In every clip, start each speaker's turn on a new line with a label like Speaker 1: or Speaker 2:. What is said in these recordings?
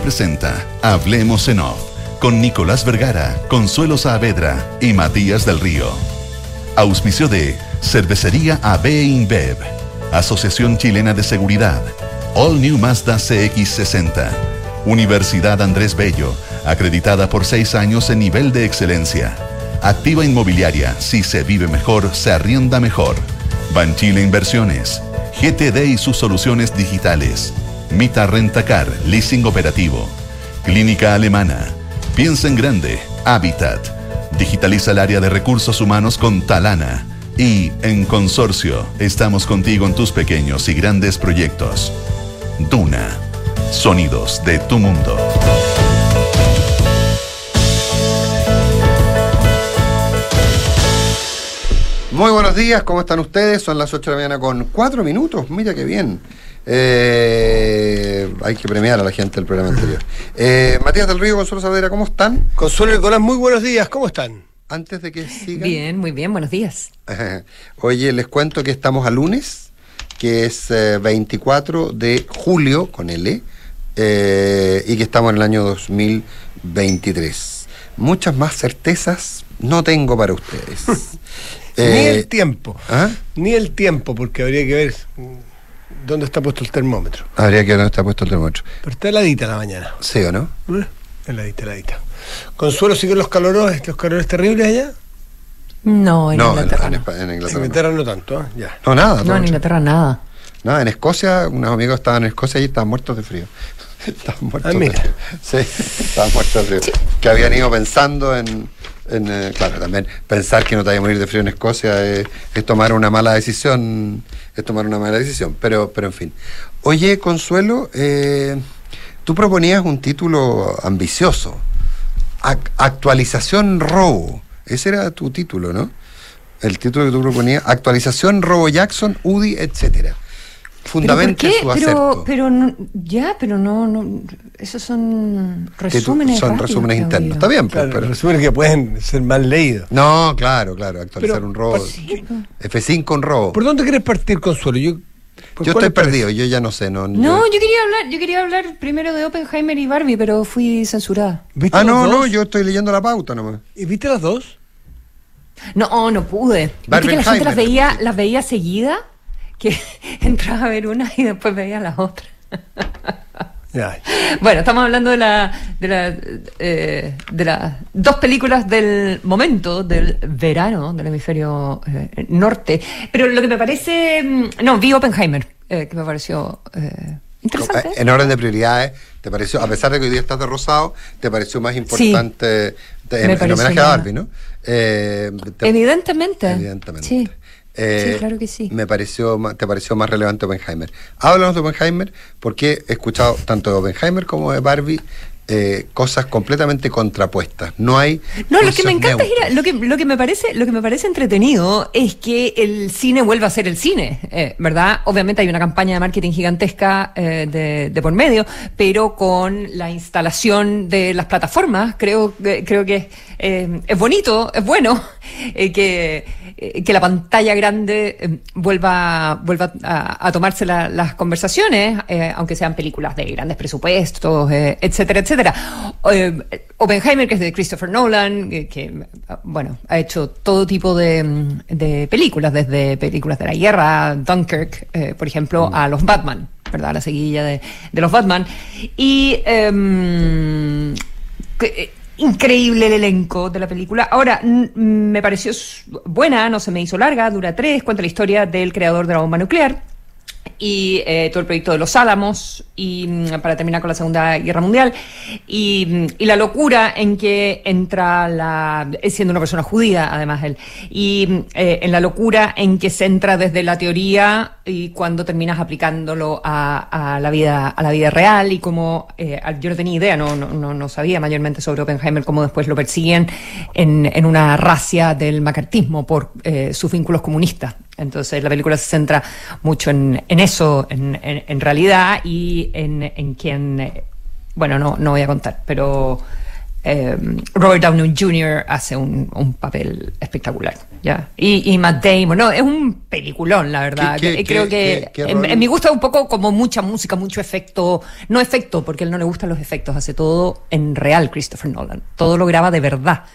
Speaker 1: presenta Hablemos en Off con Nicolás Vergara, Consuelo Saavedra y Matías del Río. Auspicio de Cervecería AB InBev, Asociación Chilena de Seguridad, All New Mazda CX-60, Universidad Andrés Bello, acreditada por 6 años en nivel de excelencia. Activa Inmobiliaria, si se vive mejor, se arrienda mejor. Banchile Inversiones, GTD y sus soluciones digitales. Mita Rentacar, leasing operativo. Clínica Alemana, piensa en grande, Habitat. Digitaliza el área de recursos humanos con Talana. Y en Consorcio, estamos contigo en tus pequeños y grandes proyectos. Duna, sonidos de tu mundo.
Speaker 2: Muy buenos días, ¿cómo están ustedes? Son las 8 de la mañana con 4 minutos, mira qué bien. Hay que premiar a la gente del programa anterior. Matías del Río, Consuelo Saavedra, ¿cómo están?
Speaker 3: Consuelo Nicolás, muy buenos días, ¿cómo están?
Speaker 2: Antes de que sigan...
Speaker 4: Bien, muy bien, buenos días.
Speaker 2: Oye, les cuento que estamos a lunes, que es 24 de julio, con L, y que estamos en el año 2023. Muchas más certezas no tengo para ustedes.
Speaker 3: Ni el tiempo, ni el tiempo, porque habría que ver dónde está puesto el termómetro.
Speaker 2: Habría que ver dónde está puesto el termómetro.
Speaker 3: Pero está heladita la mañana.
Speaker 2: ¿Sí o no?
Speaker 3: Heladita. Consuelo, ¿siguen los calores terribles allá?
Speaker 4: No, en Inglaterra.
Speaker 2: En
Speaker 3: En Inglaterra no tanto, ya.
Speaker 2: No, nada.
Speaker 4: No, en Inglaterra nada.
Speaker 2: Nada, en Escocia, unos amigos estaban en Escocia y estaban muertos de frío. Estaban muertos de frío. Sí, estaban muertos de frío. Sí. Que habían ido pensando claro, también pensar que no te vaya a morir de frío en Escocia es tomar una mala decisión. Pero en fin. Oye, Consuelo, tú proponías un título ambicioso. Actualización robo. Ese era tu título, ¿no? El título que tú proponías. Actualización robo Jackson, UDI, etcétera. Fundamente su acerto.
Speaker 4: Pero no, esos son resúmenes.
Speaker 2: Son resúmenes internos. Está bien,
Speaker 3: claro, pero resúmenes que pueden ser mal leídos.
Speaker 2: No, claro. Actualizar un robo. F5 un robo.
Speaker 3: ¿Por dónde querés partir, Consuelo?
Speaker 2: Yo estoy perdido, yo ya no sé.
Speaker 4: Yo quería hablar primero de Oppenheimer y Barbie, pero fui censurada.
Speaker 2: No, yo estoy leyendo la pauta nomás.
Speaker 3: ¿Y viste las dos?
Speaker 4: No pude. ¿Viste que la gente las veía seguida? Que entraba a ver una y después veía las otras. Bueno, estamos hablando de las dos películas del momento, del verano, del hemisferio norte. Pero lo que me parece... vi Oppenheimer, que me pareció interesante.
Speaker 2: En orden de prioridades, ¿te pareció, a pesar de que hoy día estás de rosado, te pareció más importante en homenaje a Barbie, ¿no?
Speaker 4: Evidentemente.
Speaker 2: Sí.
Speaker 4: Sí, claro que sí.
Speaker 2: Te pareció más relevante Oppenheimer. Háblanos de Oppenheimer, porque he escuchado tanto de Oppenheimer como de Barbie cosas completamente contrapuestas. No, lo
Speaker 4: que me encanta es lo que me parece entretenido es que el cine vuelva a ser el cine, ¿verdad? Obviamente hay una campaña de marketing gigantesca de por medio, pero con la instalación de las plataformas creo que es bonito, es bueno que la pantalla grande vuelva a tomarse las conversaciones, aunque sean películas de grandes presupuestos, etcétera. Oppenheimer, que es de Christopher Nolan, que ha hecho todo tipo de películas, desde películas de la guerra, Dunkirk, por ejemplo, a los Batman, ¿verdad? La seguidilla de los Batman. Y increíble el elenco de la película. Ahora, me pareció buena, no se me hizo larga, dura 3, cuenta la historia del creador de la bomba nuclear y todo el proyecto de los Álamos, y para terminar con la Segunda Guerra Mundial, y la locura en que entra siendo una persona judía, además él, y en la locura en que se entra desde la teoría y cuando terminas aplicándolo a la vida real, y como yo no tenía idea, no sabía mayormente sobre Oppenheimer, cómo después lo persiguen en una racia del macartismo por sus vínculos comunistas. Entonces la película se centra mucho en eso, en realidad, y en quien, no voy a contar, pero Robert Downey Jr. hace un papel espectacular. ya. Y Matt Damon, no, es un peliculón, la verdad. Creo que en mi gusto es un poco como mucha música, mucho efecto, no efecto, porque a él no le gustan los efectos, hace todo en real, Christopher Nolan. Todo lo graba de verdad,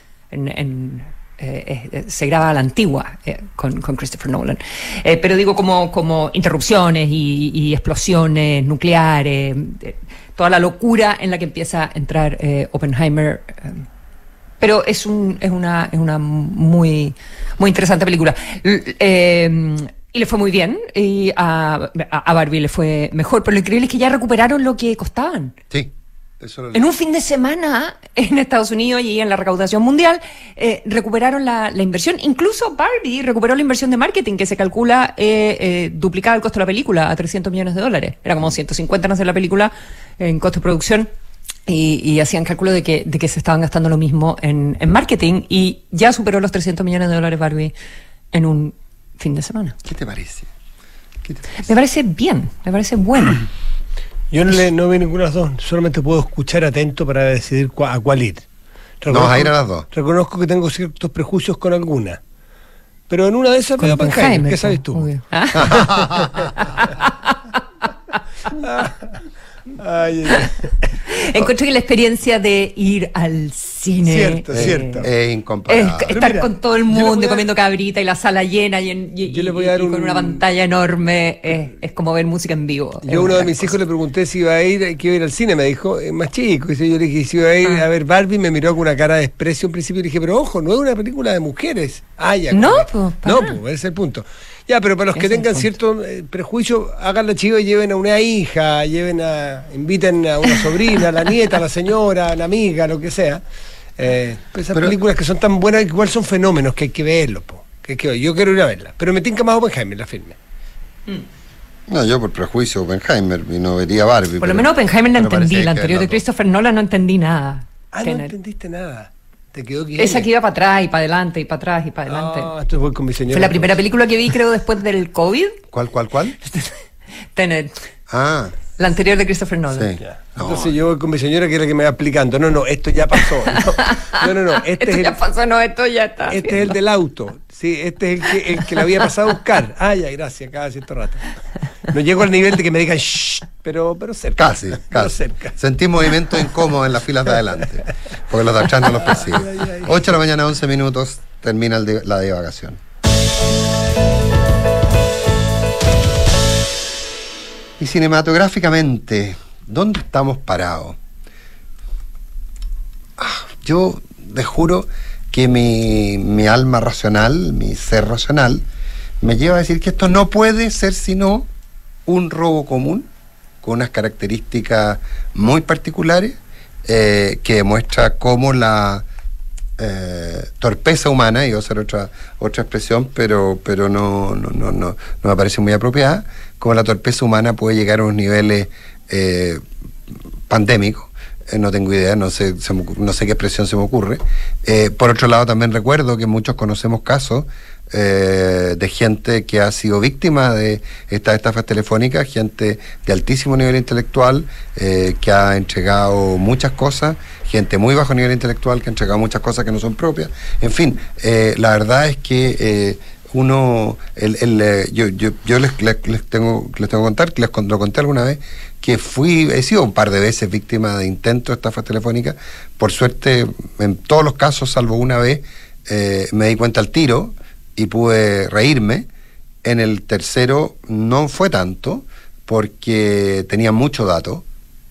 Speaker 4: se graba a la antigua con Christopher Nolan. Pero digo como interrupciones y explosiones nucleares, toda la locura en la que empieza a entrar Oppenheimer. Pero es una muy interesante película. Y le fue muy bien, y a Barbie le fue mejor, pero lo increíble es que ya recuperaron lo que costaban.
Speaker 2: Sí.
Speaker 4: En un fin de semana en Estados Unidos y en la recaudación mundial recuperaron la inversión. Incluso Barbie recuperó la inversión de marketing, que se calcula duplicaba el costo de la película a $300 millones. Era como 150 en hacer la película en costo de producción. Y hacían cálculo de que se estaban gastando lo mismo en marketing, y ya superó los $300 millones Barbie en un fin de semana.
Speaker 2: ¿Qué te parece?
Speaker 4: Me parece bien, me parece bueno.
Speaker 3: Yo no vi ninguna de las dos, solamente puedo escuchar atento para decidir a cuál ir.
Speaker 2: No vas a ir a las dos.
Speaker 3: Reconozco que tengo ciertos prejuicios con alguna, pero en una de esas veo Oppenheimer. ¿Qué sabes tú?
Speaker 4: Encuentro que la experiencia de ir al cine
Speaker 2: es incomparable.
Speaker 4: Estar con todo el mundo comiendo cabrita y la sala llena y con una pantalla enorme, es como ver música en vivo.
Speaker 3: Yo a uno de mis hijos le pregunté si iba a ir, que iba a ir al cine, me dijo, es más chico, y yo le dije si iba a ir a ver Barbie, me miró con una cara de desprecio en principio y le dije, pero ojo, no es una película de mujeres. Ese es el punto. Ya, pero para los que tengan cierto prejuicio, háganla chivo y lleven a una hija, inviten a una sobrina, a la nieta, a la señora, a la amiga, lo que sea. Esas películas que son tan buenas, igual son fenómenos que hay que verlos. Yo quiero ir a verla, pero me tinca más Oppenheimer, la firme.
Speaker 2: No, yo por prejuicio Oppenheimer y no vería Barbie.
Speaker 4: Por lo menos Oppenheimer la entendí, la anterior de Christopher Nolan no entendí nada.
Speaker 3: No entendiste nada.
Speaker 4: Esa que iba para atrás y para adelante y para atrás y para adelante.
Speaker 3: Esto voy con mi señora.
Speaker 4: Fue la primera película que vi, creo, después del COVID.
Speaker 2: ¿Cuál?
Speaker 4: Tenet. La anterior de Christopher Nolan.
Speaker 2: Sí.
Speaker 3: Entonces yo voy con mi señora, que es la que me va explicando. No, esto ya pasó. No.
Speaker 4: Esto ya pasó, esto ya está.
Speaker 3: Este es el del auto. Sí, este es el que la había pasado a buscar. Ya, gracias, cada cierto rato. No llego al nivel de que me digan shh, pero cerca.
Speaker 2: Casi. Sentí movimiento incómodo en las filas de adelante, porque los de atrás no los persiguen. 8 de la mañana, 11 minutos, termina la divagación. Y cinematográficamente, ¿dónde estamos parados? Yo les juro que mi alma racional, mi ser racional, me lleva a decir que esto no puede ser sino un robo común, con unas características muy particulares, que demuestra cómo la torpeza humana, y voy a usar otra expresión, pero no me parece muy apropiada, cómo la torpeza humana puede llegar a unos niveles pandémicos. No tengo idea, no sé qué expresión se me ocurre. Por otro lado, también recuerdo que muchos conocemos casos de gente que ha sido víctima de estas estafas telefónicas, gente de altísimo nivel intelectual, que ha entregado muchas cosas, gente muy bajo nivel intelectual que ha entregado muchas cosas que no son propias. En fin, la verdad es que yo les tengo que contar, que lo conté alguna vez, que he sido un par de veces víctima de intentos de estafas telefónicas. Por suerte, en todos los casos, salvo una vez, me di cuenta al tiro y pude reírme. En el tercero no fue tanto, porque tenían mucho dato,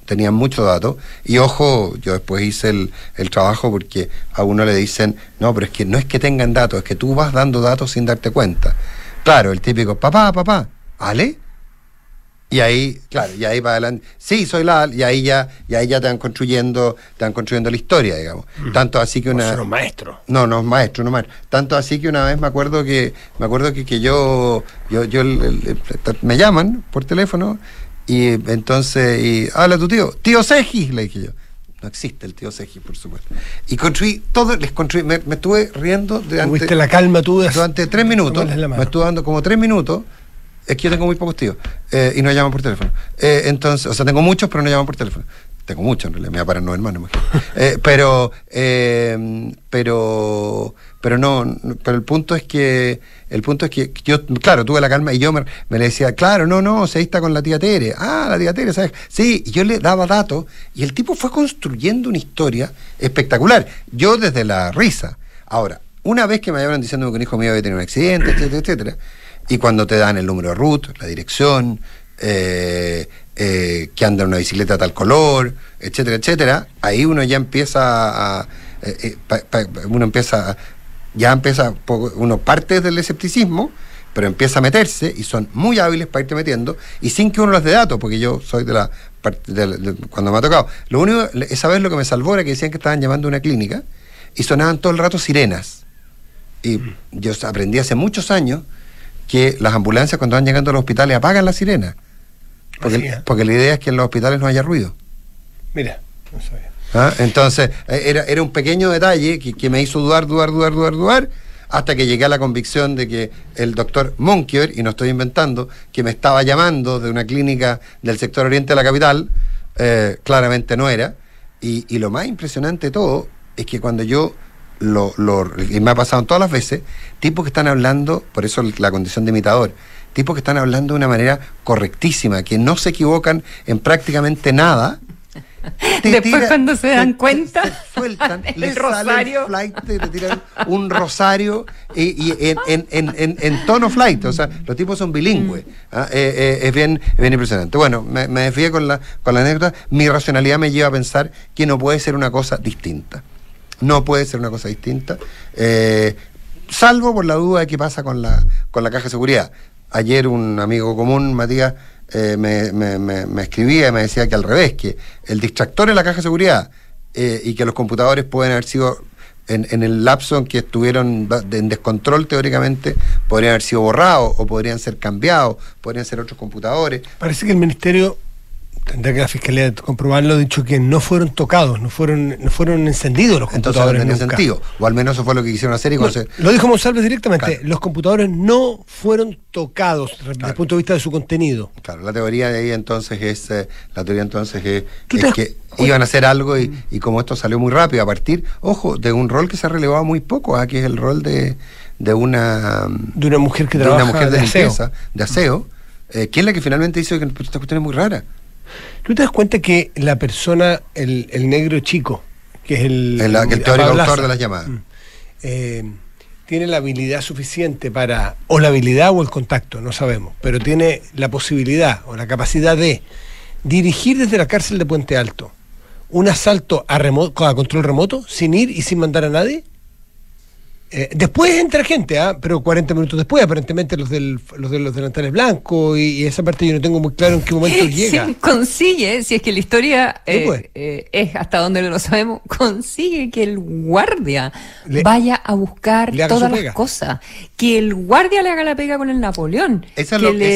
Speaker 2: y ojo, yo después hice el trabajo, porque a uno le dicen, no, pero es que no es que tengan datos, es que tú vas dando datos sin darte cuenta. Claro, el típico, papá, ¿Ale? Y ahí para adelante, sí, soy y ahí ya te van construyendo la historia, digamos. Tanto así que una...
Speaker 3: ¿Son maestros?
Speaker 2: No es maestro. Tanto así que una vez me acuerdo que yo me llaman por teléfono, y entonces, habla tu tío Seji, le dije yo. No existe el tío Seji, por supuesto. Y me estuve riendo
Speaker 3: ¿Tuviste la calma tú?
Speaker 2: Durante 3 minutos, me estuve dando como 3 minutos. Es que yo tengo muy pocos tíos, y no llaman por teléfono. Entonces, tengo muchos, pero no llaman por teléfono. tengo mucho en realidad, me voy a parar 9 hermanos. Pero el punto es que yo, claro, tuve la calma y yo me le decía, claro, no, se ahí está con la tía Tere. Ah, la tía Tere, ¿sabes? Sí, y yo le daba datos y el tipo fue construyendo una historia espectacular. Yo desde la risa. Ahora, una vez que me habían diciendo que un hijo mío había tenido un accidente, etcétera, etcétera, y cuando te dan el número de RUT, la dirección, que anda en una bicicleta de tal color, etcétera, etcétera, ahí uno ya empieza uno parte del escepticismo, pero empieza a meterse y son muy hábiles para irte metiendo y sin que uno les dé datos, porque yo soy cuando me ha tocado. Lo único, esa vez lo que me salvó era que decían que estaban llamando a una clínica y sonaban todo el rato sirenas. Y yo aprendí hace muchos años que las ambulancias cuando van llegando a los hospitales apagan las sirenas. Porque la idea es que en los hospitales no haya ruido.
Speaker 3: Mira, no sabía.
Speaker 2: Entonces, era un pequeño detalle que me hizo dudar, hasta que llegué a la convicción de que el doctor Monkier, y no estoy inventando, que me estaba llamando de una clínica del sector oriente de la capital, claramente no era. Y lo más impresionante de todo es que cuando yo y me ha pasado todas las veces, tipos que están hablando, por eso la condición de imitador, tipos que están hablando de una manera correctísima, que no se equivocan en prácticamente nada.
Speaker 4: Después cuando se dan cuenta,
Speaker 2: se sueltan, les sale el flight, te tiran un rosario y en tono flight, o sea, los tipos son bilingües. Es bien impresionante. Bueno, me desvié con la anécdota. Mi racionalidad me lleva a pensar que no puede ser una cosa distinta. No puede ser una cosa distinta, salvo por la duda de qué pasa con la caja de seguridad. Ayer un amigo común, Matías, me escribía y me decía que al revés, que el distractor es la caja de seguridad y que los computadores pueden haber sido, en el lapso en que estuvieron en descontrol teóricamente, podrían haber sido borrados o podrían ser cambiados, podrían ser otros computadores.
Speaker 3: Parece que el Ministerio, tendrá que la Fiscalía comprobarlo, ha dicho que no fueron tocados, no fueron encendidos los computadores.
Speaker 2: Entonces no tenía sentido, o al menos eso fue lo que quisieron hacer.
Speaker 3: Lo dijo Monsalves directamente, claro. Los computadores no fueron tocados desde el punto de vista de su contenido.
Speaker 2: Claro, la teoría de ahí entonces es que iban a hacer algo y como esto salió muy rápido a partir, ojo, de un rol que se ha relevado muy poco, que es el rol de una
Speaker 3: mujer que trabaja
Speaker 2: de limpieza, de aseo, que es la que finalmente dice que esta cuestión es muy rara.
Speaker 3: ¿Tú te das cuenta que la persona, el negro chico, que es el
Speaker 2: teórico autor de las llamadas,
Speaker 3: tiene la habilidad suficiente o la habilidad o el contacto, no sabemos, pero tiene la posibilidad o la capacidad de dirigir desde la cárcel de Puente Alto un asalto a control remoto, sin ir y sin mandar a nadie? Después entra gente, pero 40 minutos después, aparentemente los de los delantales blancos y esa parte yo no tengo muy claro en qué momento llega.
Speaker 4: Sí, consigue, si es que la historia es hasta donde lo sabemos, consigue que el guardia vaya a buscar todas las cosas, que el guardia le haga la pega con el Napoleón.
Speaker 2: Eso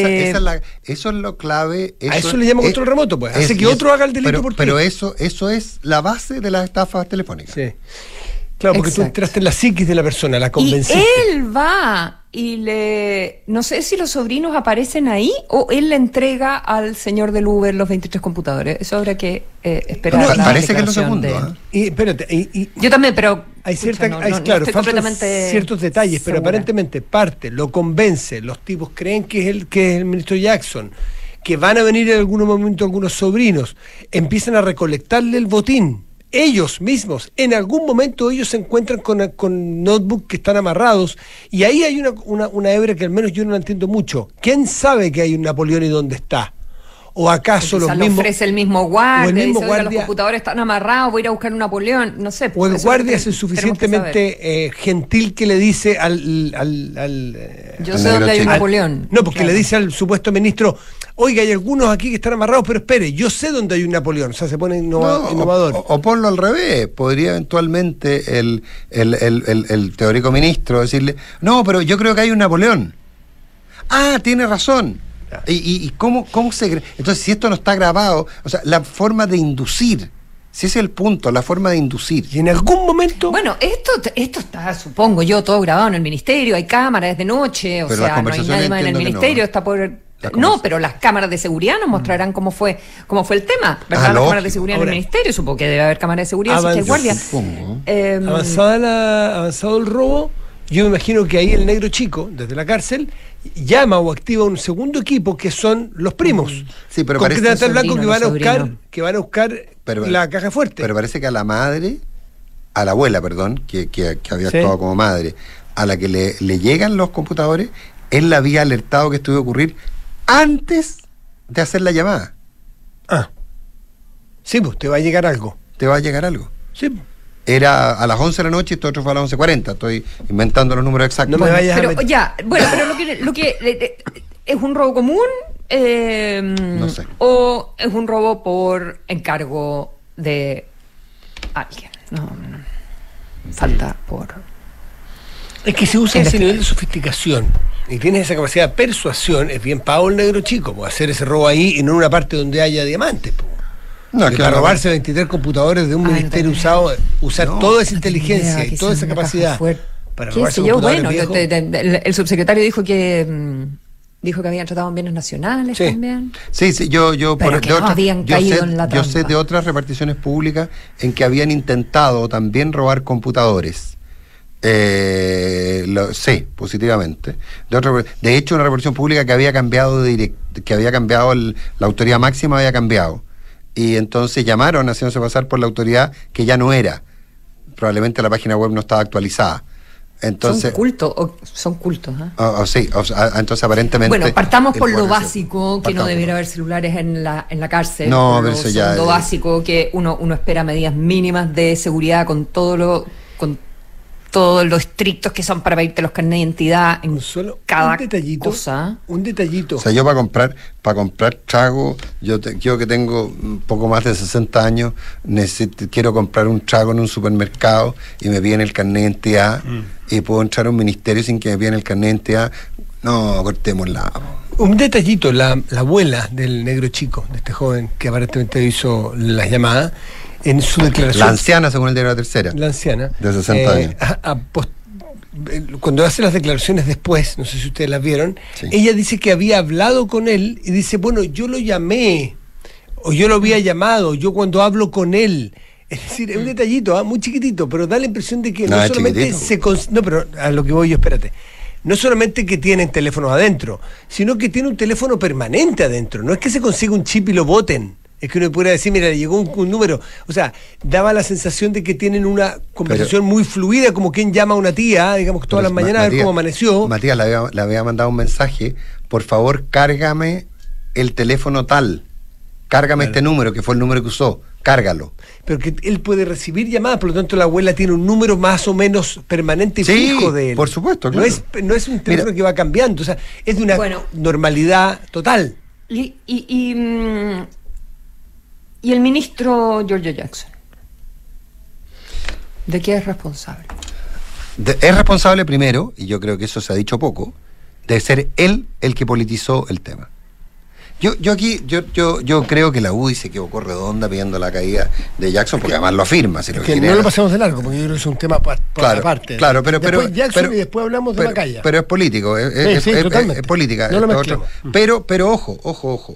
Speaker 2: es lo clave.
Speaker 3: A eso le llamo control remoto, pues. Hace que otro haga el delito por ti.
Speaker 2: Pero eso es la base de las estafas telefónicas.
Speaker 3: Sí. Claro, porque tú entraste en la psiquis de la persona, la convenciste.
Speaker 4: Y él va y no sé si los sobrinos aparecen ahí o él le entrega al señor del Uber los 23 computadores. Eso habrá que esperar.
Speaker 2: No, parece que es lo segundo.
Speaker 4: Yo también, pero
Speaker 3: hay faltan ciertos detalles, pero aparentemente lo convence, los tipos creen que es el ministro Jackson, que van a venir en algún momento algunos sobrinos, empiezan a recolectarle el botín. Ellos mismos, en algún momento ellos se encuentran con notebooks que están amarrados y ahí hay una hebra que al menos yo no la entiendo mucho. ¿Quién sabe que hay un Napoleón y dónde está? ¿O acaso los mismos?
Speaker 4: Ofrece el mismo guardia, los computadores están amarrados, voy a ir a buscar un Napoleón, no sé.
Speaker 3: O el guardia es suficientemente gentil que le dice
Speaker 4: yo sé dónde hay un Napoleón.
Speaker 3: No, porque le dice al supuesto ministro, oiga, hay algunos aquí que están amarrados, pero espere, yo sé dónde hay un Napoleón. O sea, se pone innovador.
Speaker 2: O ponlo al revés, podría eventualmente el teórico ministro decirle, no, pero yo creo que hay un Napoleón. Tiene razón. ¿Y cómo se cree? Entonces, si esto no está grabado, o sea, la forma de inducir, si ese es el punto, la forma de inducir.
Speaker 3: Y en algún momento...
Speaker 4: Bueno, esto está, supongo yo, todo grabado en el ministerio, hay cámaras de noche, o sea, no hay nadie más en el ministerio, está por... No, pero las cámaras de seguridad nos mostrarán cómo fue el tema, ¿verdad? Las cámaras de seguridad en el ministerio, supongo que debe haber cámaras de seguridad, si hay guardia.
Speaker 3: Avanzado el robo, yo me imagino que ahí el negro chico, desde la cárcel, llama o activa un segundo equipo que son los primos.
Speaker 2: Sí, pero
Speaker 3: parece
Speaker 2: que
Speaker 3: blanco que van a buscar la caja fuerte.
Speaker 2: Pero parece que a la abuela, que había actuado como madre, a la que le llegan los computadores, él la había alertado que esto iba a ocurrir antes de hacer la llamada.
Speaker 3: Sí, pues te va a llegar algo.
Speaker 2: Sí. Era a las 11 de la noche y esto otro fue a las 11:40. Estoy inventando los números exactos.
Speaker 3: No me vayas
Speaker 4: pero lo que ¿es un robo común?
Speaker 2: No sé.
Speaker 4: ¿O es un robo por encargo de alguien? No. Falta por...
Speaker 3: Es que se usa ese nivel de sofisticación y tienes esa capacidad de persuasión. Es bien pago el negro chico, pues, hacer ese robo ahí y no en una parte donde haya diamantes, pues. No, es que para robarse 23 computadores de un ministerio usar toda esa inteligencia y toda esa capacidad para robarse computadores viejos.
Speaker 4: El subsecretario dijo que habían tratado en bienes nacionales también.
Speaker 2: Sí, yo sé de otras reparticiones públicas en que habían intentado también robar computadores. Sí, positivamente. De hecho, una repartición pública que había cambiado la autoridad máxima había cambiado. Y entonces llamaron haciéndose pasar por la autoridad que ya no era. Probablemente la página web no estaba actualizada. Entonces,
Speaker 4: son cultos.
Speaker 2: Sí, entonces aparentemente...
Speaker 4: Bueno, partamos por lo básico, que no debiera haber celulares en la cárcel.
Speaker 2: No, pero eso ya...
Speaker 4: Lo básico, que uno espera medidas mínimas de seguridad con todo lo estrictos que son para pedirte los carnets de identidad en cada cosa.
Speaker 3: Un detallito.
Speaker 2: O sea, yo para comprar trago, yo que tengo un poco más de 60 años, quiero comprar un trago en un supermercado y me piden el carnet de identidad y puedo entrar a un ministerio sin que me pidan el carnet de identidad. No, cortémosla.
Speaker 3: Un detallito, la abuela del negro chico, de este joven que aparentemente hizo las llamadas, en su declaración...
Speaker 2: La anciana, según el diario La Tercera.
Speaker 3: La anciana.
Speaker 2: De 60 años.
Speaker 3: Cuando hace las declaraciones después, no sé si ustedes las vieron, ella dice que había hablado con él y dice, bueno, yo lo llamé, o yo lo había llamado, yo cuando hablo con él. Es decir, es un detallito, muy chiquitito, pero da la impresión de que no solamente no, pero a lo que voy yo, espérate. No solamente que tienen teléfonos adentro, sino que tiene un teléfono permanente adentro. No es que se consiga un chip y lo boten. Es que uno pudiera decir, mira, llegó un número. O sea, daba la sensación de que tienen una conversación muy fluida, como quien llama a una tía, digamos, todas las mañanas a ver cómo amaneció.
Speaker 2: Matías le había mandado un mensaje, por favor, cárgame el teléfono tal. Cárgame este número, que fue el número que usó. Cárgalo.
Speaker 3: Pero que él puede recibir llamadas, por lo tanto la abuela tiene un número más o menos permanente y fijo de él.
Speaker 2: Por supuesto, claro.
Speaker 3: No es un teléfono que va cambiando, o sea, es de una normalidad total.
Speaker 4: ¿Y el ministro Giorgio Jackson? ¿De qué es responsable?
Speaker 2: Es responsable primero, y yo creo que eso se ha dicho poco, de ser él el que politizó el tema. Yo creo que la UDI se equivocó redonda pidiendo la caída de Jackson, porque además lo afirma. Si
Speaker 3: no lo pasemos de largo, porque yo creo que es un tema aparte.
Speaker 2: Claro, pero
Speaker 3: Jackson y después hablamos de Macaya.
Speaker 2: Pero es político, es política.
Speaker 3: No lo mezclemos.
Speaker 2: Pero ojo.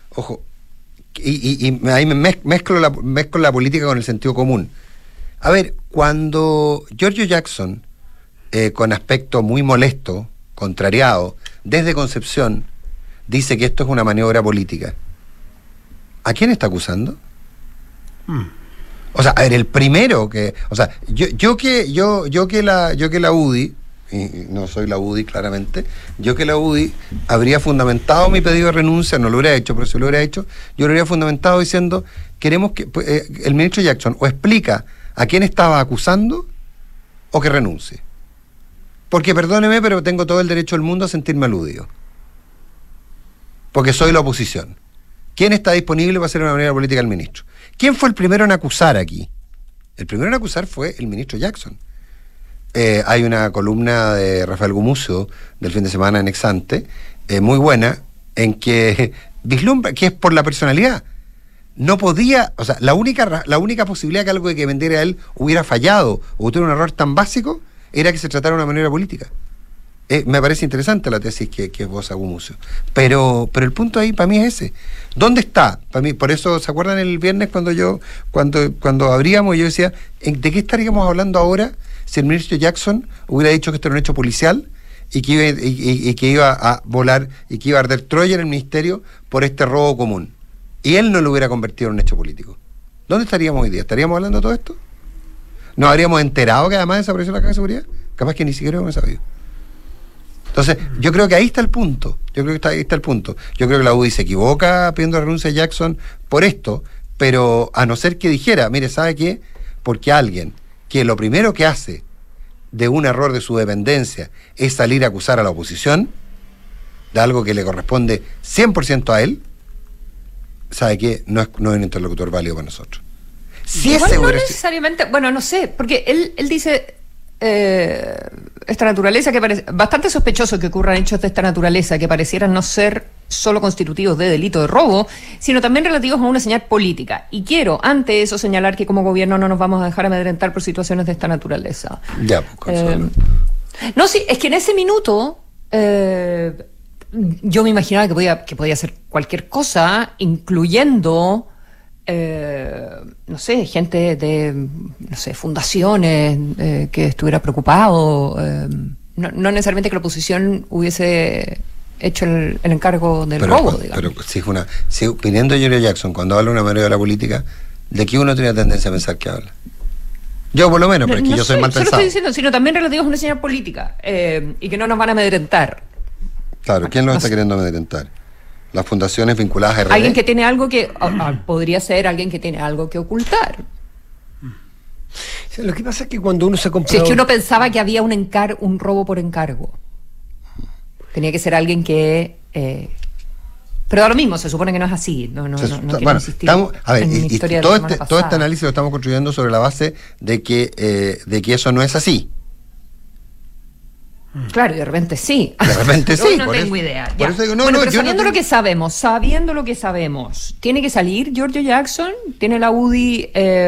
Speaker 2: Y ahí mezclo la política con el sentido común. A ver, cuando Giorgio Jackson, con aspecto muy molesto, contrariado, desde Concepción, dice que esto es una maniobra política, ¿a quién está acusando? O sea, a ver, el primero que... O sea, yo que la UDI, y no soy la UDI claramente, yo que la UDI habría fundamentado mi pedido de renuncia, no lo hubiera hecho, pero si lo hubiera hecho, yo lo habría fundamentado diciendo, queremos que el ministro Jackson o explica a quién estaba acusando o que renuncie. Porque perdóneme, pero tengo todo el derecho del mundo a sentirme aludido. Porque soy la oposición. ¿Quién está disponible para hacer una manera política al ministro? ¿Quién fue el primero en acusar aquí? El primero en acusar fue el ministro Jackson. Hay una columna de Rafael Gumucio del fin de semana en Exante, muy buena, en que vislumbra que es por la personalidad. No podía, o sea, la única posibilidad que algo que vendiera a él hubiera fallado o tuviera un error tan básico era que se tratara de una manera política. Me parece interesante la tesis que vos, Agumucio. Pero el punto ahí para mí es ese. ¿Dónde está? Para mí, por eso, ¿se acuerdan el viernes cuando abríamos, yo decía, ¿de qué estaríamos hablando ahora si el ministro Jackson hubiera dicho que esto era un hecho policial y que iba a volar y que iba a arder Troya en el ministerio por este robo común? Y él no lo hubiera convertido en un hecho político. ¿Dónde estaríamos hoy día? ¿Estaríamos hablando de todo esto? ¿Nos habríamos enterado que además desapareció la Caja de Seguridad? Capaz que ni siquiera hemos sabido. Entonces, yo creo que ahí está el punto. Yo creo que la UDI se equivoca pidiendo la renuncia de Jackson por esto, pero a no ser que dijera, mire, ¿sabe qué? Porque alguien que lo primero que hace de un error de su dependencia es salir a acusar a la oposición de algo que le corresponde 100% a él, ¿sabe qué? No es un interlocutor válido para nosotros. Si
Speaker 4: igual no necesariamente, bueno, no sé, porque él dice... esta naturaleza que parece bastante sospechoso que ocurran hechos de esta naturaleza que parecieran no ser solo constitutivos de delito de robo, sino también relativos a una señal política. Y quiero, ante eso, señalar que como gobierno no nos vamos a dejar amedrentar por situaciones de esta naturaleza.
Speaker 2: Ya, pues,
Speaker 4: no, sí, es que en ese minuto yo me imaginaba que podía hacer cualquier cosa, incluyendo no sé, gente de, no sé, fundaciones que estuviera preocupado, no necesariamente que la oposición hubiese hecho el encargo del robo, digamos.
Speaker 2: Pero si viniendo Giorgio Jackson, cuando habla una mayoría de la política, ¿de qué uno tiene tendencia a pensar que habla? Yo por lo menos, pero es que yo soy mal pensado. No
Speaker 4: estoy diciendo, sino también relativos a una señal política, y que no nos van a amedrentar.
Speaker 2: Claro, ¿quién nos está queriendo amedrentar? Las fundaciones vinculadas a RD.
Speaker 4: Alguien que tiene algo que... podría ser alguien que tiene algo que ocultar.
Speaker 3: O sea, lo que pasa es que cuando uno se compra...
Speaker 4: Si es que uno pensaba que había un robo por encargo. Tenía que ser alguien que... pero lo mismo, se supone que no es así. No quiero insistir en historia de la semana pasada.
Speaker 2: Todo este análisis lo estamos construyendo sobre la base de que eso no es así.
Speaker 4: Claro, y de repente sí.
Speaker 2: De repente sí.
Speaker 4: No tengo idea. Por eso digo, pero sabiendo lo que sabemos, ¿tiene que salir Giorgio Jackson? ¿Tiene la UDI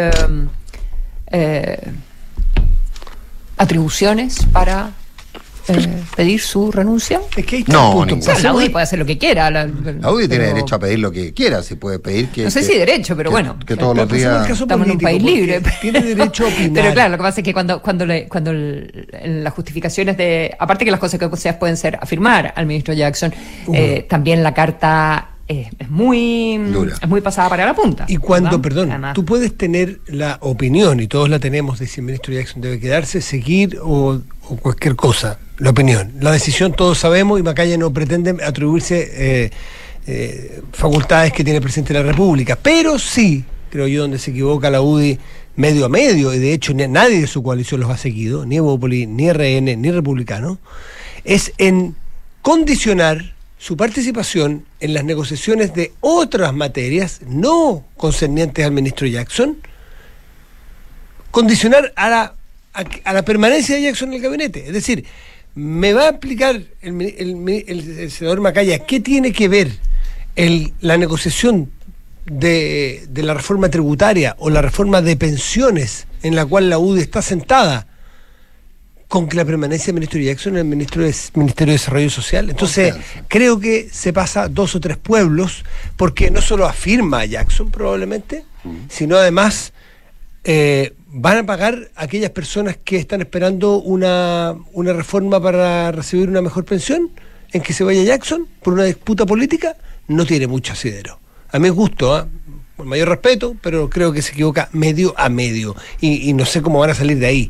Speaker 4: atribuciones para pedir su renuncia?
Speaker 3: Es que
Speaker 4: la UDI puede hacer lo que quiera.
Speaker 2: La UDI tiene derecho a pedir lo que quiera, si puede pedir que...
Speaker 4: No sé si derecho, pero bueno.
Speaker 2: Que todos los días...
Speaker 4: Estamos en un país libre.
Speaker 3: Tiene derecho a opinar.
Speaker 4: Pero claro, lo que pasa es que cuando las justificaciones de... Aparte que las consecuencias pueden ser afirmar al ministro Jackson, también la carta... es muy dura. Es muy pasada para la punta.
Speaker 3: Y cuando, además, tú puedes tener la opinión, y todos la tenemos, de si el ministro Jackson debe quedarse, seguir o cualquier cosa, la opinión. La decisión todos sabemos, y Macaya no pretende atribuirse facultades que tiene el presidente de la República, pero sí, creo yo, donde se equivoca la UDI medio a medio, y de hecho nadie de su coalición los ha seguido, ni Evópoli, ni RN, ni Republicano, es en condicionar su participación en las negociaciones de otras materias no concernientes al ministro Jackson, condicionar a la permanencia de Jackson en el gabinete. Es decir, me va a explicar el senador Macaya qué tiene que ver la negociación de la reforma tributaria o la reforma de pensiones en la cual la UDI está sentada con que la permanencia del ministro Jackson en el Ministerio de Desarrollo Social. Entonces, creo que se pasa 2 o 3 pueblos, porque no solo afirma a Jackson probablemente, sino además van a pagar aquellas personas que están esperando una reforma para recibir una mejor pensión, en que se vaya Jackson por una disputa política. No tiene mucho asidero. A mi gusto, con mayor respeto, pero creo que se equivoca medio a medio, y no sé cómo van a salir de ahí.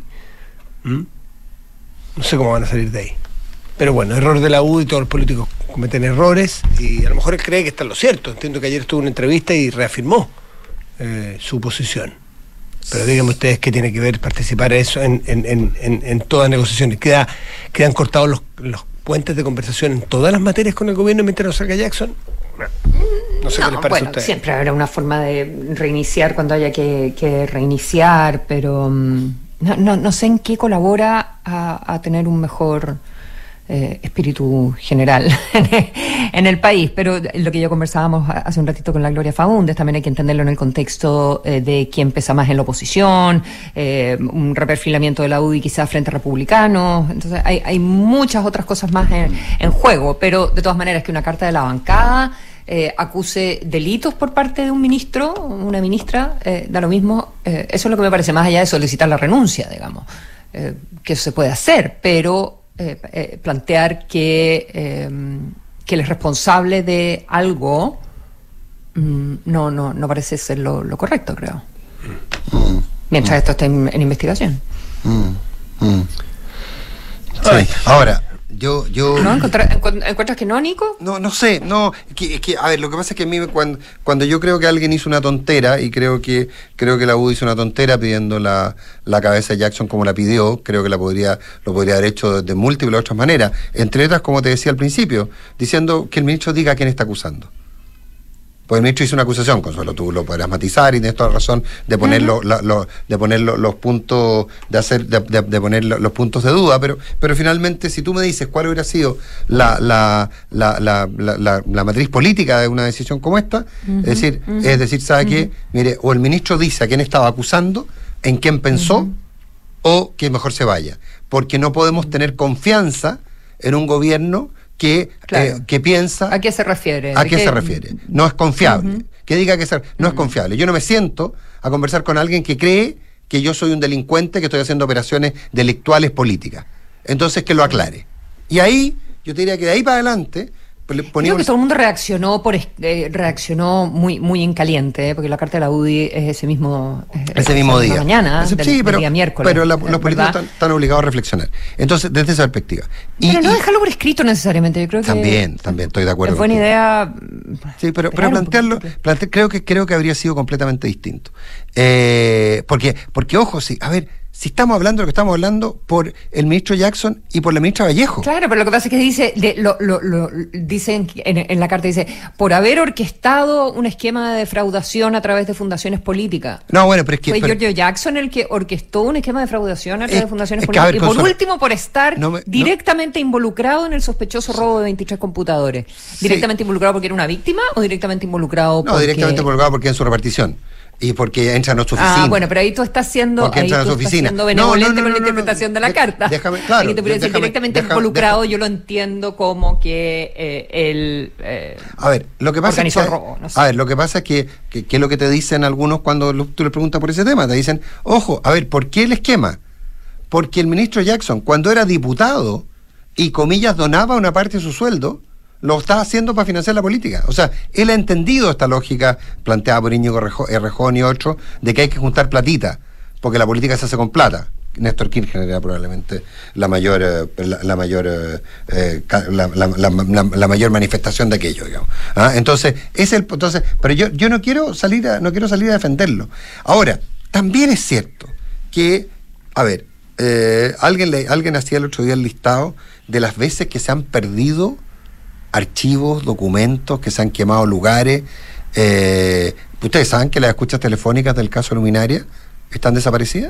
Speaker 3: No sé cómo van a salir de ahí. Pero bueno, error de la UDI, todos los políticos cometen errores, y a lo mejor él cree que está en lo cierto. Entiendo que ayer estuvo en una entrevista y reafirmó su posición. Pero díganme ustedes qué tiene que ver participar eso en todas las negociaciones. ¿Quedan cortados los puentes de conversación en todas las materias con el gobierno mientras no salga Jackson? No sé qué les parece a ustedes.
Speaker 4: Siempre habrá una forma de reiniciar cuando haya que reiniciar, pero... No sé en qué colabora a tener un mejor espíritu general en el país. Pero lo que ya conversábamos hace un ratito con la Gloria Faúndez, también hay que entenderlo en el contexto de quién pesa más en la oposición, un reperfilamiento de la UDI quizás frente a republicanos. Entonces hay muchas otras cosas más en juego, pero de todas maneras que una carta de la bancada acuse delitos por parte de un ministro, una ministra, da lo mismo. Eso es lo que me parece, más allá de solicitar la renuncia, digamos, que eso se puede hacer, pero plantear que él es responsable de algo no parece ser lo correcto, creo. Mientras esto está en investigación.
Speaker 2: Sí. Ahora, yo
Speaker 4: ¿No? ¿Encuentras que no, Nico?
Speaker 2: No sé, a ver, lo que pasa es que a mí cuando yo creo que alguien hizo una tontera, y creo que la UDI hizo una tontera pidiendo la cabeza de Jackson como la pidió, creo que lo podría haber hecho de múltiples otras maneras, entre otras, como te decía al principio, diciendo que el ministro diga a quién está acusando. Pues el ministro hizo una acusación, Consuelo, tú lo podrás matizar y tienes toda la razón de poner los puntos, de poner los puntos de duda, pero finalmente, si tú me dices cuál hubiera sido la matriz política de una decisión como esta, es decir, ¿sabe qué? Mire, o el ministro dice a quién estaba acusando, en quién pensó, o que mejor se vaya, porque no podemos tener confianza en un gobierno que piensa...
Speaker 4: ¿A qué se refiere?
Speaker 2: ¿A qué se refiere? No es confiable. Que diga que no es confiable. Yo no me siento a conversar con alguien que cree que yo soy un delincuente, que estoy haciendo operaciones delictuales políticas. Entonces, que lo aclare. Y ahí, yo te diría que de ahí para adelante...
Speaker 4: Creo que todo el mundo reaccionó muy en caliente, porque la carta de la UDI es ese mismo día. Mañana, del día miércoles.
Speaker 2: Pero los políticos están obligados a reflexionar. Entonces, desde esa perspectiva.
Speaker 4: Pero no dejarlo por escrito necesariamente, yo creo que...
Speaker 2: También estoy de acuerdo.
Speaker 4: Es buena idea...
Speaker 2: Sí, pero plantearlo, creo que habría sido completamente distinto. Porque ojo, sí, a ver... Si estamos hablando de lo que estamos hablando por el ministro Jackson y por la ministra Vallejo.
Speaker 4: Claro, pero lo que pasa es que dicen en la carta, dice, por haber orquestado un esquema de defraudación a través de fundaciones políticas.
Speaker 2: No, bueno, pero es que...
Speaker 4: Fue Giorgio Jackson el que orquestó un esquema de defraudación a través de fundaciones políticas. Y por último, por estar directamente involucrado en el sospechoso robo de 23 computadores. ¿Directamente involucrado porque era una víctima o directamente involucrado porque...?
Speaker 2: No, directamente involucrado porque en su repartición. Y porque entran a su oficina.
Speaker 4: Ah, bueno, pero ahí tú estás siendo benevolente con la interpretación de la carta.
Speaker 2: Déjame, claro.
Speaker 4: Aquí te podría decir directamente involucrado, yo lo entiendo como que él
Speaker 2: a ver, lo que pasa
Speaker 4: organizó el robo. No sé.
Speaker 2: A ver, lo que pasa es que es lo que te dicen algunos cuando tú les preguntas por ese tema. Te dicen, ojo, a ver, ¿por qué el esquema? Porque el ministro Jackson, cuando era diputado y, comillas, donaba una parte de su sueldo, lo está haciendo para financiar la política. O sea, él ha entendido esta lógica planteada por Íñigo Errejón y otros, de que hay que juntar platita, porque la política se hace con plata. Néstor Kirchner era probablemente la mayor manifestación de aquello, digamos. Entonces, pero yo no quiero salir a defenderlo. Ahora, también es cierto que, a ver, alguien hacía el otro día el listado de las veces que se han perdido archivos, documentos, que se han quemado lugares. ¿Ustedes saben que las escuchas telefónicas del caso Luminaria están desaparecidas?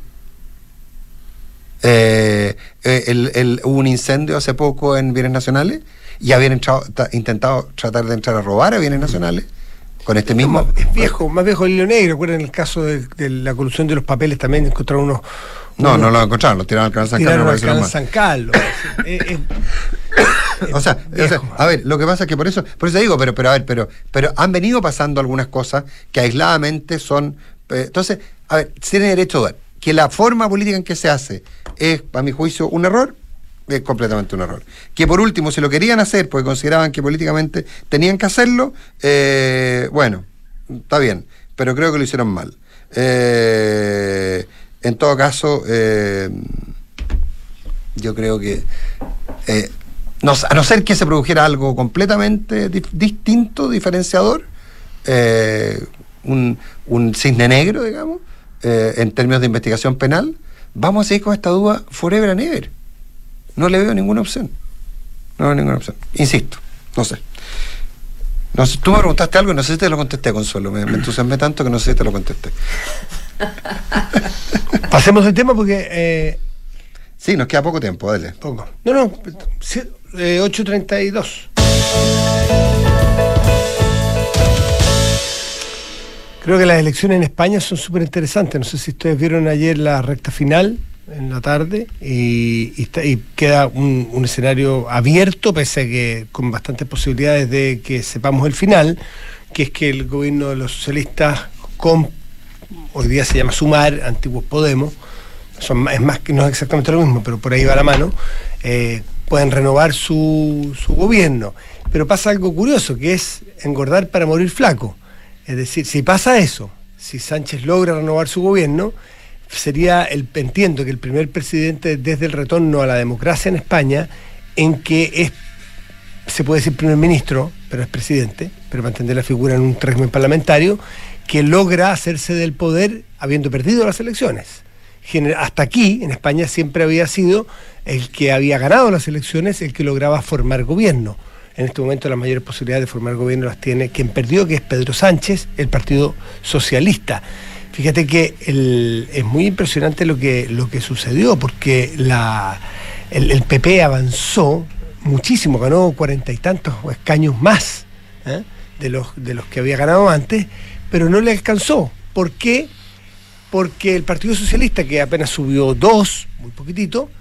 Speaker 2: Hubo un incendio hace poco en Bienes Nacionales y habían intentado tratar de entrar a robar a Bienes Nacionales con este mismo...
Speaker 3: Es más viejo el hilo negro. ¿Recuerdan el caso de la colusión de los papeles? También encontraron unos...
Speaker 2: No lo encontraron, los tiraron al canal San Carlos.
Speaker 3: Tiraron al canal San Carlos.
Speaker 2: O sea, a ver, lo que pasa es que por eso digo, pero han venido pasando algunas cosas que aisladamente son... entonces, a ver, tiene derecho a dudar. Que la forma política en que se hace es, a mi juicio, un error, es completamente un error. Que por último, si lo querían hacer porque consideraban que políticamente tenían que hacerlo, bueno, está bien, pero creo que lo hicieron mal. En todo caso, yo creo que a no ser que se produjera algo completamente distinto, diferenciador, un cisne negro, digamos, en términos de investigación penal, vamos a seguir con esta duda forever and ever. No le veo ninguna opción. Insisto, no sé. Tú me preguntaste algo y no sé si te lo contesté, Consuelo. Me entusiasmé tanto que no sé si te lo contesté.
Speaker 3: Pasemos el tema porque
Speaker 2: Sí, nos queda poco tiempo, dale.
Speaker 3: Poco. No, 8:32. Creo que las elecciones en España son súper interesantes. No sé si ustedes vieron ayer la recta final en la tarde y queda un escenario abierto, pese a que con bastantes posibilidades de que sepamos el final, que es que el gobierno de los socialistas, hoy día se llama Sumar, antiguos Podemos, es más que no es exactamente lo mismo, pero por ahí va la mano, pueden renovar su gobierno. Pero pasa algo curioso, que es engordar para morir flaco. Es decir, si pasa eso, si Sánchez logra renovar su gobierno, sería entiendo que el primer presidente desde el retorno a la democracia en España, en que se puede decir primer ministro, pero es presidente, pero para entender la figura en un régimen parlamentario, que logra hacerse del poder habiendo perdido las elecciones. Hasta aquí, en España, siempre había sido el que había ganado las elecciones, el que lograba formar gobierno. En este momento las mayores posibilidades de formar gobierno las tiene quien perdió, que es Pedro Sánchez, el Partido Socialista. Fíjate que es muy impresionante lo que sucedió, porque el PP avanzó muchísimo, ganó 40 y tantos escaños más de los que había ganado antes, pero no le alcanzó. ¿Por qué? Porque el Partido Socialista, que apenas subió 2, muy poquitito,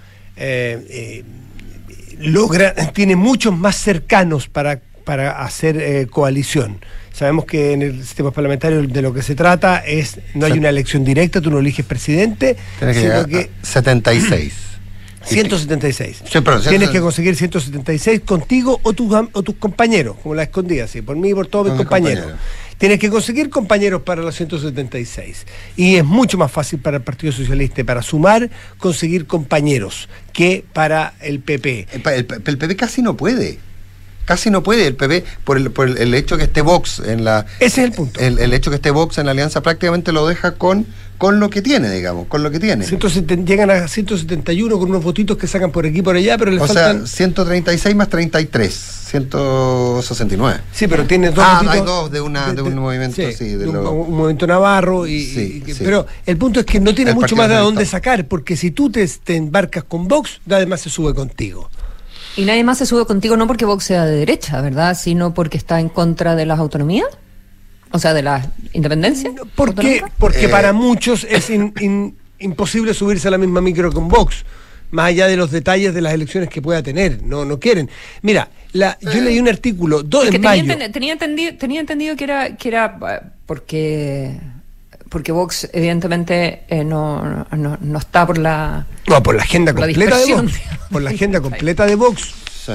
Speaker 3: tiene muchos más cercanos para hacer coalición. Sabemos que en el sistema parlamentario de lo que se trata no hay una elección directa, tú no eliges presidente,
Speaker 2: sino que 76.
Speaker 3: 176.
Speaker 2: Sí, pero
Speaker 3: tienes que conseguir 176 contigo o tus compañeros, como la escondida, sí, por mí y por todos mis compañeros. Tienes que conseguir compañeros para los 176. Y es mucho más fácil para el Partido Socialista, para Sumar, conseguir compañeros que para el PP.
Speaker 2: El PP casi no puede. Casi no puede el PP por el hecho que esté Vox en la...
Speaker 3: Ese es el punto.
Speaker 2: El hecho que esté Vox en la alianza prácticamente lo deja con lo que tiene, digamos, con lo que tiene.
Speaker 3: Llegan a 171 con unos votitos que sacan por aquí y por allá, pero les faltan...
Speaker 2: O sea, 136 más 33, 169.
Speaker 3: Sí, pero tiene dos votitos...
Speaker 2: hay dos de un movimiento, sí.
Speaker 3: Un movimiento navarro,
Speaker 2: sí.
Speaker 3: Pero el punto es que no tiene mucho más de dónde sacar, porque si tú te embarcas con Vox, nadie más se sube contigo.
Speaker 4: Y nadie más se sube contigo no porque Vox sea de derecha, ¿verdad? Sino porque está en contra de las autonomías. O sea, de la independencia.
Speaker 3: Porque para muchos es imposible subirse a la misma micro con Vox, más allá de los detalles de las elecciones que pueda tener. No quieren. Mira, yo leí un artículo en mayo.
Speaker 4: Tenía entendido que era porque Vox evidentemente no está por la...
Speaker 3: No, por la agenda completa de Vox. Por la agenda completa de Vox.
Speaker 2: Sí.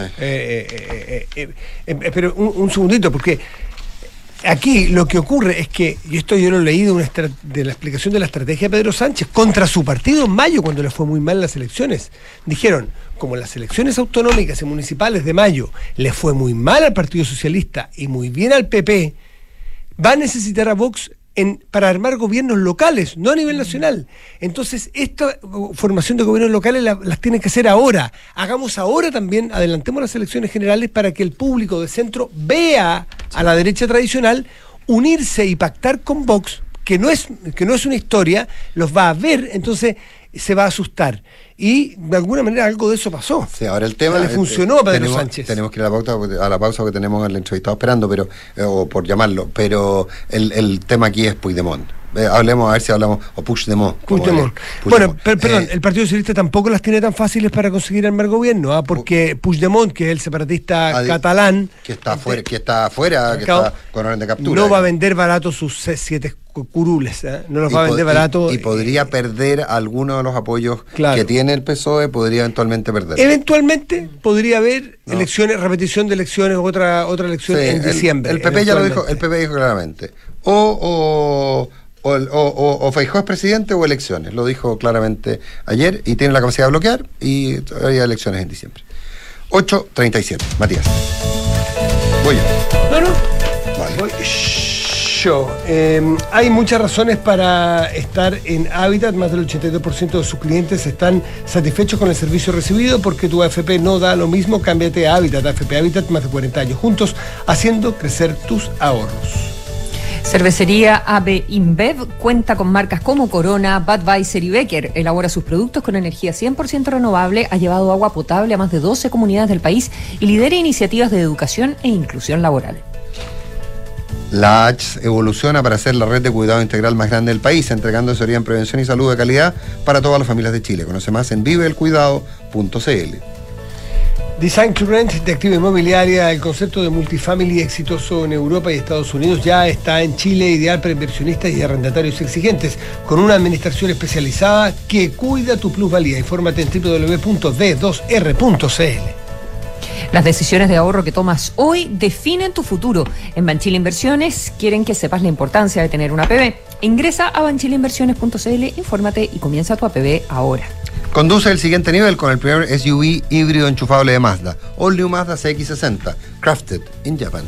Speaker 3: Pero un segundito, porque aquí lo que ocurre es que, y esto yo lo he leído de la explicación de la estrategia de Pedro Sánchez contra su partido en mayo, cuando le fue muy mal en las elecciones. Dijeron, como en las elecciones autonómicas y municipales de mayo le fue muy mal al Partido Socialista y muy bien al PP, va a necesitar a Vox para armar gobiernos locales, no a nivel nacional. Entonces, esta formación de gobiernos locales las tienen que hacer ahora. Hagamos ahora también, adelantemos las elecciones generales para que el público de centro vea a la derecha tradicional unirse y pactar con Vox, que no es una historia, los va a ver, entonces se va a asustar. Y de alguna manera algo de eso pasó.
Speaker 2: Sí, ahora el tema
Speaker 3: le funcionó a Pedro Sánchez.
Speaker 2: Tenemos que ir a la pausa que tenemos el entrevistado esperando, o por llamarlo, pero el tema aquí es Puigdemont. Hablemos, a ver si hablamos, o Puigdemont.
Speaker 3: Bueno, perdón, el Partido Socialista tampoco las tiene tan fáciles para conseguir armar gobierno, porque Puigdemont, que es el separatista catalán,
Speaker 2: que está afuera, que está con orden de captura.
Speaker 3: No va a vender barato sus 7 curules, no los va a vender barato.
Speaker 2: Y podría perder algunos de los apoyos que tiene el PSOE, podría eventualmente perder.
Speaker 3: Eventualmente podría haber elecciones, repetición de elecciones, otra elección en diciembre.
Speaker 2: El PP ya lo dijo, el PP dijo claramente. O Feijóo es presidente o elecciones, lo dijo claramente ayer y tiene la capacidad de bloquear y hay elecciones en diciembre. 8:37, Matías. Voy yo.
Speaker 3: No.
Speaker 2: Vale.
Speaker 3: Voy yo. Hay muchas razones para estar en Habitat. Más del 82% de sus clientes están satisfechos con el servicio recibido, porque tu AFP no da lo mismo. Cámbiate a Habitat. AFP Habitat, más de 40 años juntos, haciendo crecer tus ahorros.
Speaker 4: Cervecería AB InBev cuenta con marcas como Corona, Budweiser y Becker. Elabora sus productos con energía 100% renovable, ha llevado agua potable a más de 12 comunidades del país y lidera iniciativas de educación e inclusión laboral.
Speaker 2: La ACH evoluciona para ser la red de cuidado integral más grande del país, entregando asesoría en prevención y salud de calidad para todas las familias de Chile. Conoce más en viveelcuidado.cl.
Speaker 3: Design to Rent de Activa Inmobiliaria, el concepto de multifamily exitoso en Europa y Estados Unidos ya está en Chile, ideal para inversionistas y arrendatarios exigentes, con una administración especializada que cuida tu plusvalía. Infórmate en www.d2r.cl.
Speaker 4: Las decisiones de ahorro que tomas hoy definen tu futuro. En Banchile Inversiones quieren que sepas la importancia de tener una APB. Ingresa a banchileinversiones.cl, infórmate y comienza tu APB ahora.
Speaker 2: Conduce el siguiente nivel con el primer SUV híbrido enchufable de Mazda. All New Mazda CX-60, crafted in Japan.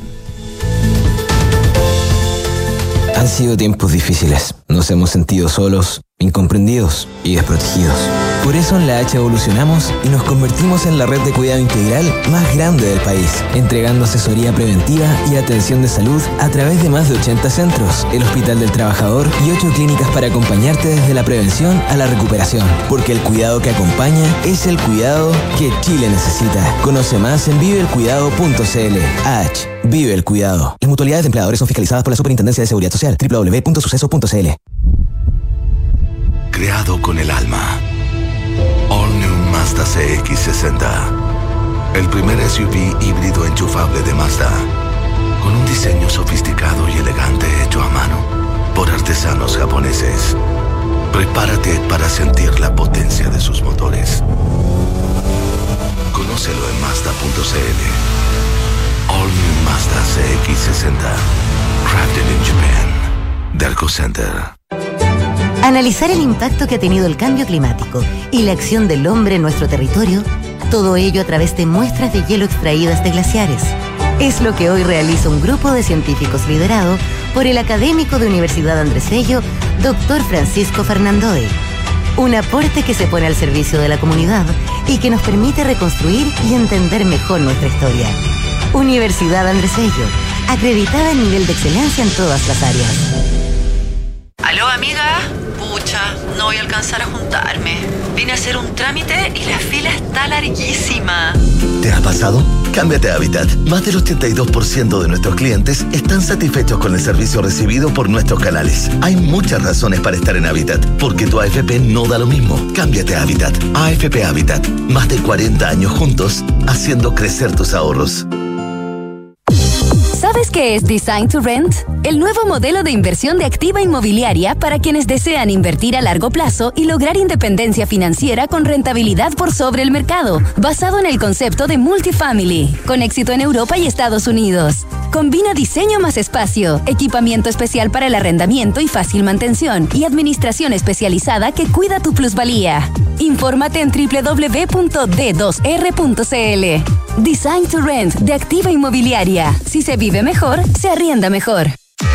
Speaker 5: Han sido tiempos difíciles. Nos hemos sentido solos, incomprendidos y desprotegidos. Por eso en la H evolucionamos y nos convertimos en la red de cuidado integral más grande del país, entregando asesoría preventiva y atención de salud a través de más de 80 centros, el Hospital del Trabajador y 8 clínicas para acompañarte desde la prevención a la recuperación. Porque el cuidado que acompaña es el cuidado que Chile necesita. Conoce más en viveelcuidado.cl. H. Vive el cuidado. Las mutualidades de empleadores son fiscalizadas por la Superintendencia de Seguridad Social. www.suceso.cl.
Speaker 1: Creado con el alma. All New Mazda CX-60. El primer SUV híbrido enchufable de Mazda. Con un diseño sofisticado y elegante hecho a mano por artesanos japoneses. Prepárate para sentir la potencia de sus motores. Conócelo en Mazda.cl. All New Mazda CX-60. Crafted in Japan. Darko Center.
Speaker 6: Analizar el impacto que ha tenido el cambio climático y la acción del hombre en nuestro territorio, todo ello a través de muestras de hielo extraídas de glaciares. Es lo que hoy realiza un grupo de científicos liderado por el académico de Universidad Andrés Bello, Dr. Francisco Fernandoe. Un aporte que se pone al servicio de la comunidad y que nos permite reconstruir y entender mejor nuestra historia. Universidad Andrés Bello, acreditada en nivel de excelencia en todas las áreas.
Speaker 7: ¿Aló, amiga? Pucha, no voy a alcanzar a juntarme. Vine a hacer un trámite y la fila está larguísima.
Speaker 8: ¿Te ha pasado? Cámbiate a Habitat. Más del 82% de nuestros clientes están satisfechos con el servicio recibido por nuestros canales. Hay muchas razones para estar en Habitat, porque tu AFP no da lo mismo. Cámbiate a Habitat. AFP Habitat. Más de 40 años juntos, haciendo crecer tus ahorros.
Speaker 9: ¿Sabes qué es Design to Rent? El nuevo modelo de inversión de Activa Inmobiliaria para quienes desean invertir a largo plazo y lograr independencia financiera con rentabilidad por sobre el mercado, basado en el concepto de multifamily, con éxito en Europa y Estados Unidos. Combina diseño más espacio, equipamiento especial para el arrendamiento y fácil mantención, y administración especializada que cuida tu plusvalía. Infórmate en www.d2r.cl. Design to Rent de Activa Inmobiliaria. Si se vive mejor, se arrienda mejor.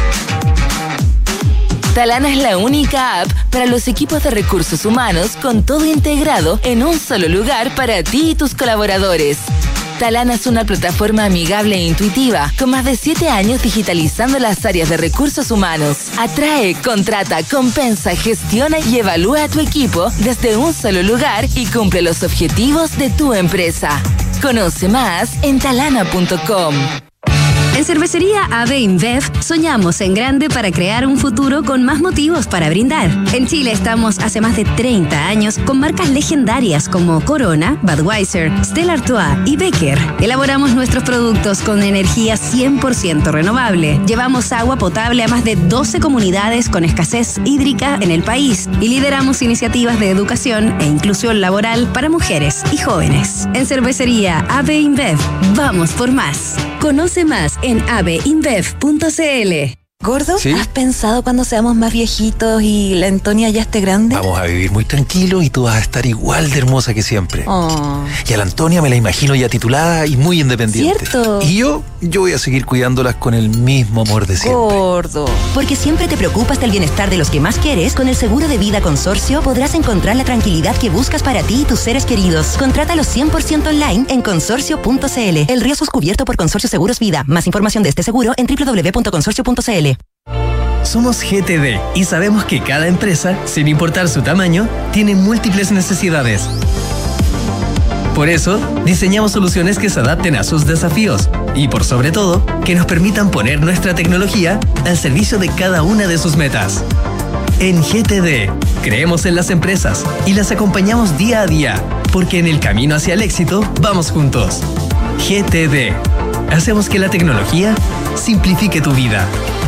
Speaker 10: Talana es la única app para los equipos de recursos humanos con todo integrado en un solo lugar para ti y tus colaboradores. Talana es una plataforma amigable e intuitiva, con más de 7 años digitalizando las áreas de recursos humanos. Atrae, contrata, compensa, gestiona y evalúa a tu equipo desde un solo lugar y cumple los objetivos de tu empresa. Conoce más en talana.com.
Speaker 9: En Cervecería AB InBev soñamos en grande para crear un futuro con más motivos para brindar. En Chile estamos hace más de 30 años con marcas legendarias como Corona, Budweiser, Stella Artois y Becker. Elaboramos nuestros productos con energía 100% renovable. Llevamos agua potable a más de 12 comunidades con escasez hídrica en el país y lideramos iniciativas de educación e inclusión laboral para mujeres y jóvenes. En Cervecería AB InBev, vamos por más. Conoce más en abinbev.cl.
Speaker 10: Gordo,
Speaker 11: ¿Sí?
Speaker 10: ¿Has pensado cuando seamos más viejitos y la Antonia ya esté grande?
Speaker 11: Vamos a vivir muy tranquilo y tú vas a estar igual de hermosa que siempre.
Speaker 10: Oh.
Speaker 11: Y a la Antonia me la imagino ya titulada y muy independiente.
Speaker 10: ¿Cierto?
Speaker 11: Y yo voy a seguir cuidándolas con el mismo amor de siempre.
Speaker 10: Gordo.
Speaker 6: Porque siempre te preocupas del bienestar de los que más quieres, con el seguro de vida Consorcio podrás encontrar la tranquilidad que buscas para ti y tus seres queridos. Contrátalo 100% online en consorcio.cl. El riesgo es cubierto por Consorcio Seguros Vida. Más información de este seguro en www.consorcio.cl.
Speaker 12: Somos GTD y sabemos que cada empresa, sin importar su tamaño, tiene múltiples necesidades. Por eso, diseñamos soluciones que se adapten a sus desafíos y, por sobre todo, que nos permitan poner nuestra tecnología al servicio de cada una de sus metas. En GTD, creemos en las empresas y las acompañamos día a día, porque en el camino hacia el éxito vamos juntos. GTD. Hacemos que la tecnología simplifique tu vida.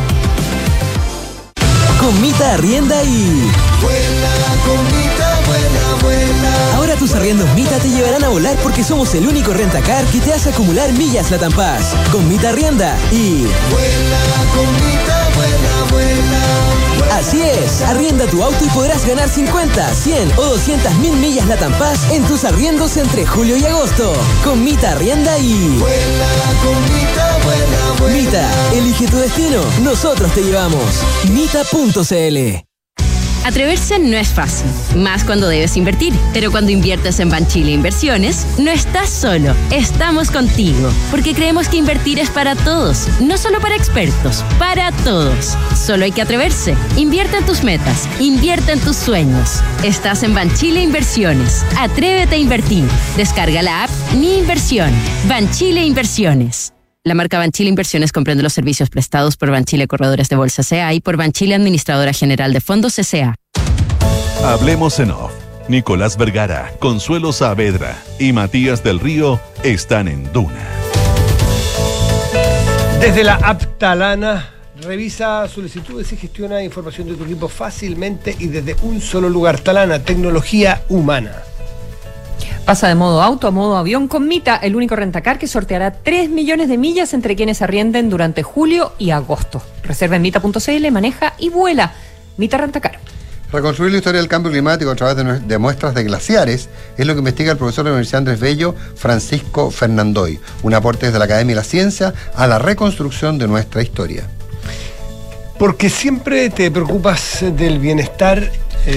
Speaker 5: Con Mita arrienda y...
Speaker 13: Vuela con Mita, vuela, vuela.
Speaker 5: Ahora tus arriendos Mita te llevarán a volar porque somos el único rentacar que te hace acumular millas Latam Pass. Con Mita arrienda y...
Speaker 13: Vuela con Mita, vuela, vuela.
Speaker 5: Así es, arrienda tu auto y podrás ganar 50, 100 o 200.000 millas Latam Pass en tus arriendos entre julio y agosto. Con Mita arrienda y...
Speaker 13: Vuela con Mita, vuela, vuela.
Speaker 5: Mita, elige tu destino, nosotros te llevamos. Mita.cl.
Speaker 9: Atreverse no es fácil, más cuando debes invertir. Pero cuando inviertes en Banchile Inversiones, no estás solo, estamos contigo. Porque creemos que invertir es para todos, no solo para expertos, para todos. Solo hay que atreverse. Invierte en tus metas, invierte en tus sueños. Estás en Banchile Inversiones. Atrévete a invertir. Descarga la app Mi Inversión. Banchile Inversiones. La marca Banchile Inversiones comprende los servicios prestados por Banchile Corredores de Bolsa S.A. y por Banchile Administradora General de Fondos S.A.
Speaker 1: Hablemos en off. Nicolás Vergara, Consuelo Saavedra y Matías del Río están en Duna.
Speaker 3: Desde la app Talana, revisa solicitudes y gestiona información de tu equipo fácilmente y desde un solo lugar. Talana, tecnología humana.
Speaker 4: Pasa de modo auto a modo avión con Mita, el único rentacar que sorteará 3 millones de millas entre quienes arrienden durante julio y agosto. Reserva en Mita.cl, maneja y vuela. Mita Rentacar.
Speaker 2: Reconstruir la historia del cambio climático a través de muestras de glaciares es lo que investiga el profesor de la Universidad Andrés Bello, Francisco Fernandoy. Un aporte desde la Academia de la Ciencia a la reconstrucción de nuestra historia.
Speaker 3: Porque siempre te preocupas del bienestar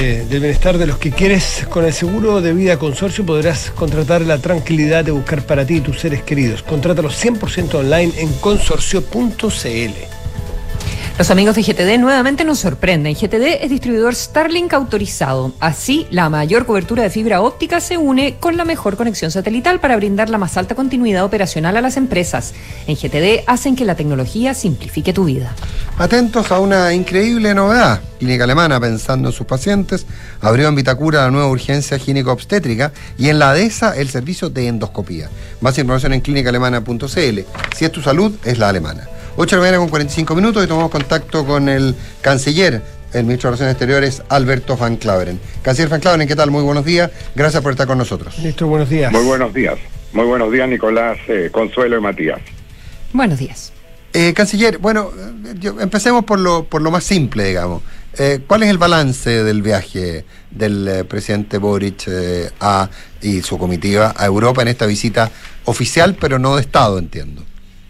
Speaker 3: de los que quieres. Con el seguro de vida Consorcio podrás contratar la tranquilidad de buscar para ti y tus seres queridos. Contrátalo 100% online en consorcio.cl.
Speaker 4: Los amigos de GTD nuevamente nos sorprenden. GTD es distribuidor Starlink autorizado. Así, la mayor cobertura de fibra óptica se une con la mejor conexión satelital para brindar la más alta continuidad operacional a las empresas. En GTD hacen que la tecnología simplifique tu vida.
Speaker 2: Atentos a una increíble novedad. Clínica Alemana, pensando en sus pacientes, abrió en Vitacura la nueva urgencia gineco-obstétrica y en la ADESA el servicio de endoscopía. Más información en clínicaalemana.cl. Si es tu salud, es la alemana. 8 de la mañana con 45 minutos y tomamos contacto con el canciller, el ministro de Relaciones Exteriores, Alberto Van Claveren. Canciller Van Claveren, ¿qué tal? Muy buenos días. Gracias por estar con nosotros.
Speaker 3: Ministro, buenos días.
Speaker 14: Muy buenos días. Muy buenos días, Nicolás, Consuelo y Matías.
Speaker 4: Buenos días.
Speaker 2: Canciller, bueno, empecemos por lo más simple, digamos. ¿Cuál es el balance del viaje del presidente Boric y su comitiva a Europa en esta visita oficial, pero no de Estado, entiendo?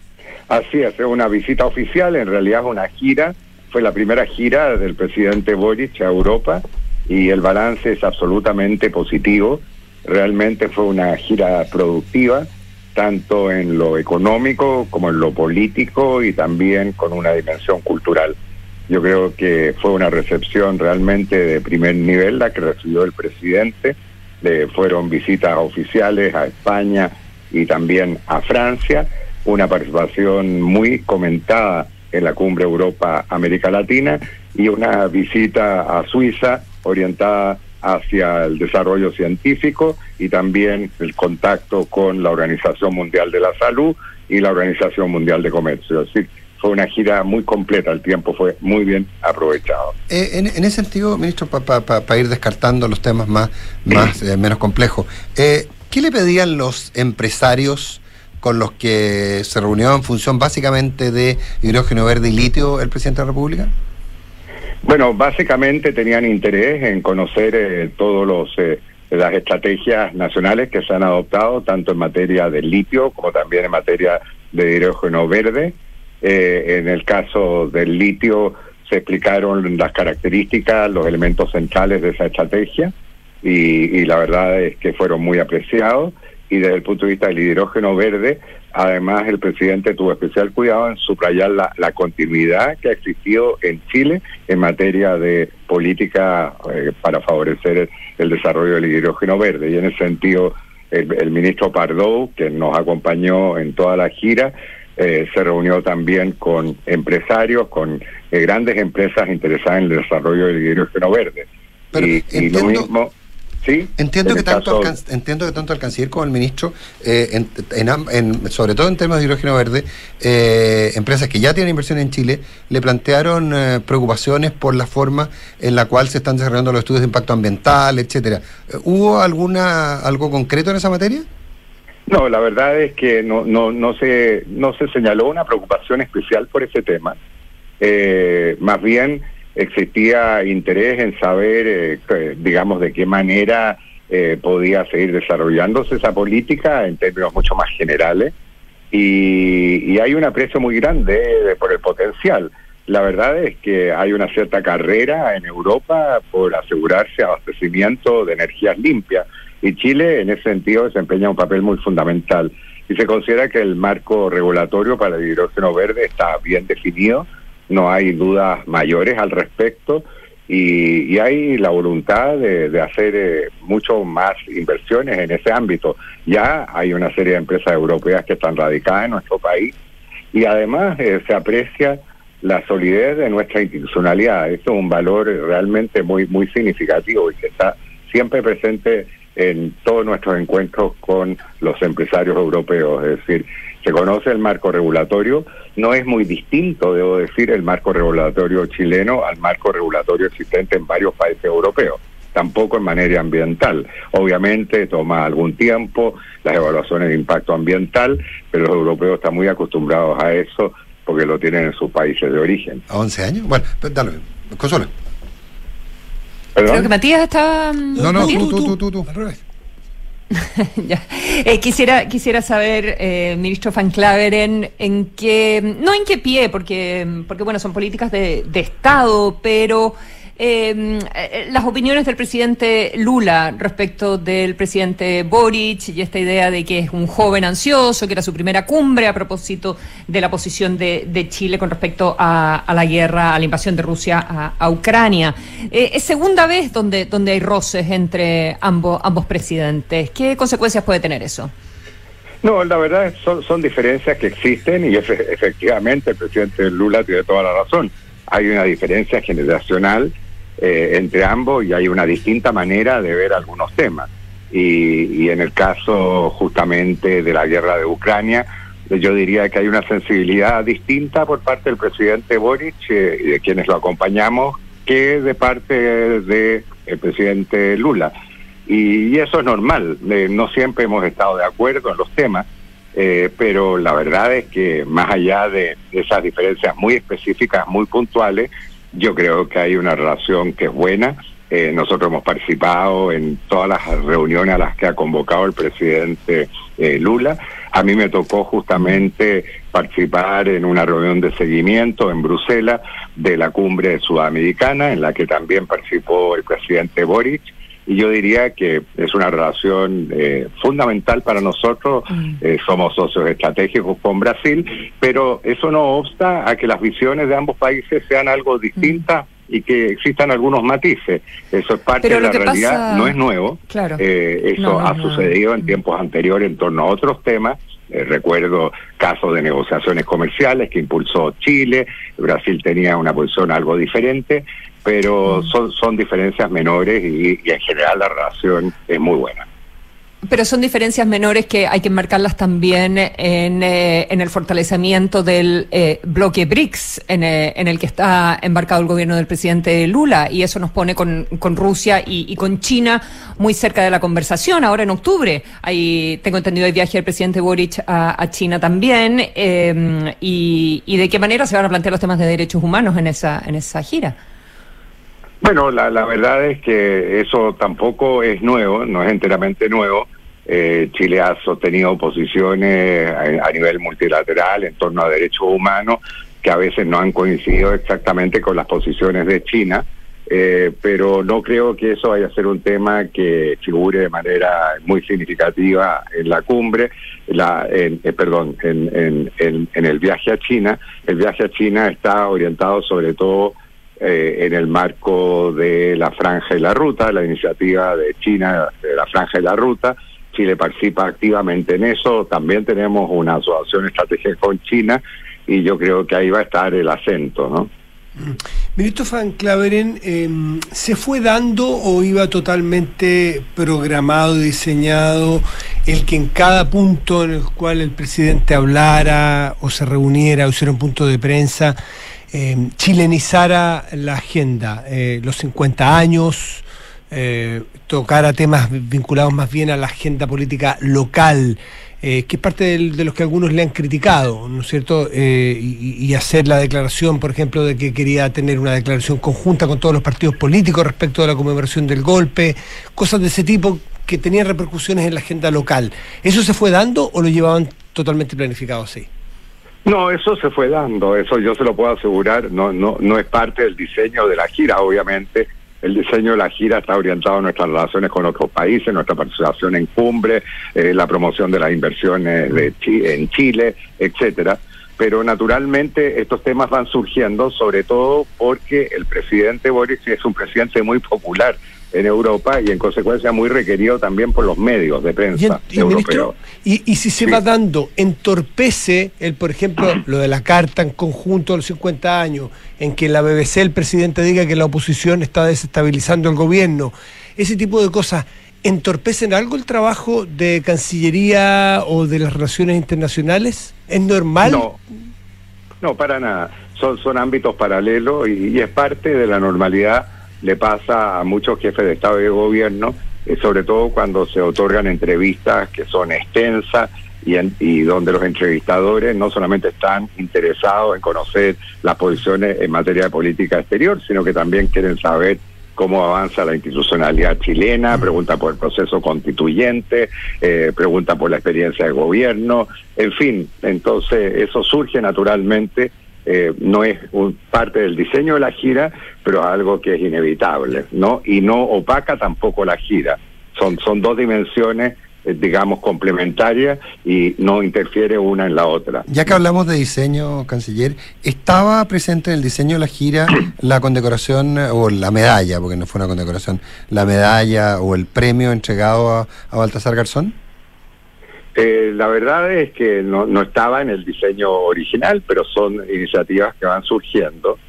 Speaker 14: Así es una visita oficial, en realidad es una gira, fue la primera gira del presidente Boric a Europa y el balance es absolutamente positivo. Realmente fue una gira productiva, tanto en lo económico como en lo político y también con una dimensión cultural. Yo creo que fue una recepción realmente de primer nivel la que recibió el presidente. Fueron visitas oficiales a España y también a Francia, una participación muy comentada en la Cumbre Europa-América Latina y una visita a Suiza orientada hacia el desarrollo científico y también el contacto con la Organización Mundial de la Salud y la Organización Mundial de Comercio. Es decir, fue una gira muy completa, el tiempo fue muy bien aprovechado.
Speaker 2: En ese sentido, ministro, para ir descartando los temas menos complejos, ¿qué le pedían los empresarios con los que se reunió en función básicamente de hidrógeno verde y litio el presidente de la República?
Speaker 14: Bueno, básicamente tenían interés en conocer todos las estrategias nacionales que se han adoptado, tanto en materia de litio como también en materia de hidrógeno verde. En el caso del litio se explicaron las características, los elementos centrales de esa estrategia y la verdad es que fueron muy apreciados. y desde el punto de vista del hidrógeno verde, además el presidente tuvo especial cuidado en subrayar la continuidad que ha existido en Chile en materia de política para favorecer el desarrollo del hidrógeno verde. Y en ese sentido, el ministro Pardow, que nos acompañó en toda la gira, se reunió también con empresarios, con grandes empresas interesadas en el desarrollo del hidrógeno verde.
Speaker 2: Pero
Speaker 14: y lo mismo... Sí,
Speaker 2: entiendo que tanto el canciller como el ministro, sobre todo en temas de hidrógeno verde, empresas que ya tienen inversión en Chile, le plantearon preocupaciones por la forma en la cual se están desarrollando los estudios de impacto ambiental, etcétera. ¿Hubo algo concreto en esa materia?
Speaker 14: No, la verdad es que no se señaló una preocupación especial por ese tema. Más bien existía interés en saber, digamos, de qué manera podía seguir desarrollándose esa política en términos mucho más generales, y hay un aprecio muy grande por el potencial. La verdad es que hay una cierta carrera en Europa por asegurarse abastecimiento de energías limpias, y Chile en ese sentido desempeña un papel muy fundamental, y se considera que el marco regulatorio para el hidrógeno verde está bien definido. No hay dudas mayores al respecto, y hay la voluntad de hacer mucho más inversiones en ese ámbito. Ya hay una serie de empresas europeas que están radicadas en nuestro país, y además se aprecia la solidez de nuestra institucionalidad. Esto es un valor realmente muy significativo y que está siempre presente en todos nuestros encuentros con los empresarios europeos. Es decir, se conoce el marco regulatorio, no es muy distinto, debo decir, el marco regulatorio chileno al marco regulatorio existente en varios países europeos, tampoco en materia ambiental. Obviamente toma algún tiempo las evaluaciones de impacto ambiental, pero los europeos están muy acostumbrados a eso porque lo tienen en sus países de origen.
Speaker 2: ¿A 11 años? Bueno, dale, Consuelo.
Speaker 4: ¿Perdón? Creo que Matías está...
Speaker 2: No, tú. Al revés.
Speaker 4: Ya. Quisiera saber, ministro Van Claveren, en qué pie, porque bueno, son políticas de Estado, pero las opiniones del presidente Lula respecto del presidente Boric y esta idea de que es un joven ansioso, que era su primera cumbre a propósito de la posición de Chile con respecto a la guerra, a la invasión de Rusia a Ucrania. Es segunda vez donde hay roces entre ambos presidentes. ¿Qué consecuencias puede tener eso?
Speaker 14: No, la verdad son diferencias que existen, y efectivamente el presidente Lula tiene toda la razón. Hay una diferencia generacional entre ambos, y hay una distinta manera de ver algunos temas. Y en el caso justamente de la guerra de Ucrania, yo diría que hay una sensibilidad distinta por parte del presidente Boric y de quienes lo acompañamos, que de parte del presidente Lula. Y eso es normal, no siempre hemos estado de acuerdo en los temas, pero la verdad es que más allá de esas diferencias muy específicas, muy puntuales, yo creo que hay una relación que es buena. Nosotros hemos participado en todas las reuniones a las que ha convocado el presidente Lula. A mí me tocó justamente participar en una reunión de seguimiento en Bruselas de la cumbre sudamericana, en la que también participó el presidente Boric. Y yo diría que es una relación fundamental para nosotros. Somos socios estratégicos con Brasil, pero eso no obsta a que las visiones de ambos países sean algo distintas y que existan algunos matices. Eso es parte de la realidad, no es nuevo.
Speaker 4: Claro.
Speaker 14: Eso ha sucedido en tiempos anteriores en torno a otros temas. Recuerdo casos de negociaciones comerciales que impulsó Chile. Brasil tenía una posición algo diferente, pero son diferencias menores y en general la relación es muy buena.
Speaker 4: Pero son diferencias menores que hay que enmarcarlas también en el fortalecimiento del bloque BRICS, en el que está embarcado el gobierno del presidente Lula, y eso nos pone con Rusia y con China muy cerca de la conversación. Ahora en octubre, tengo entendido, hay viaje del presidente Boric a China también, y de qué manera se van a plantear los temas de derechos humanos en esa gira.
Speaker 14: Bueno, la verdad es que eso tampoco es nuevo, no es enteramente nuevo. Chile ha sostenido posiciones a nivel multilateral en torno a derechos humanos que a veces no han coincidido exactamente con las posiciones de China, pero no creo que eso vaya a ser un tema que figure de manera muy significativa en la cumbre, en el viaje a China. El viaje a China está orientado sobre todo en el marco de la Franja y la Ruta, la iniciativa de China de la Franja y la Ruta. Chile participa activamente en eso. También tenemos una asociación estratégica con China y yo creo que ahí va a estar el acento, ¿no?
Speaker 3: Ministro Van Claveren, ¿se fue dando o iba totalmente programado, diseñado, el que en cada punto en el cual el presidente hablara o se reuniera o hiciera un punto de prensa, chilenizara la agenda, los 50 años, tocara temas vinculados más bien a la agenda política local, que es parte de los que algunos le han criticado, ¿no es cierto? Y hacer la declaración, por ejemplo, de que quería tener una declaración conjunta con todos los partidos políticos respecto de la conmemoración del golpe, cosas de ese tipo que tenían repercusiones en la agenda local. ¿Eso se fue dando o lo llevaban totalmente planificado así?
Speaker 14: No, eso se fue dando, eso yo se lo puedo asegurar, no es parte del diseño de la gira, obviamente. El diseño de la gira está orientado a nuestras relaciones con otros países, nuestra participación en cumbre, la promoción de las inversiones en Chile, etcétera. Pero naturalmente estos temas van surgiendo, sobre todo porque el presidente Boric es un presidente muy popular en Europa y en consecuencia muy requerido también por los medios de prensa europeos.
Speaker 3: Y si se va dando, entorpece por ejemplo, lo de la carta en conjunto de los 50 años, en que en la BBC el presidente diga que la oposición está desestabilizando el gobierno, ese tipo de cosas, ¿entorpecen algo el trabajo de Cancillería o de las relaciones internacionales? ¿Es normal?
Speaker 14: No, para nada. Son ámbitos paralelos y es parte de la normalidad. Le pasa a muchos jefes de Estado y de Gobierno, sobre todo cuando se otorgan entrevistas que son extensas y donde los entrevistadores no solamente están interesados en conocer las posiciones en materia de política exterior, sino que también quieren saber cómo avanza la institucionalidad chilena, pregunta por el proceso constituyente, pregunta por la experiencia de gobierno, en fin. Entonces eso surge naturalmente. No es parte del diseño de la gira, pero algo que es inevitable, ¿no? Y no opaca tampoco la gira. Son dos dimensiones, digamos, complementarias y no interfiere una en la otra.
Speaker 2: Ya que hablamos de diseño, canciller, ¿estaba presente en el diseño de la gira la condecoración o la medalla, porque no fue una condecoración, la medalla o el premio entregado a Baltasar Garzón?
Speaker 14: La verdad es que no estaba en el diseño original, pero son iniciativas que van surgiendo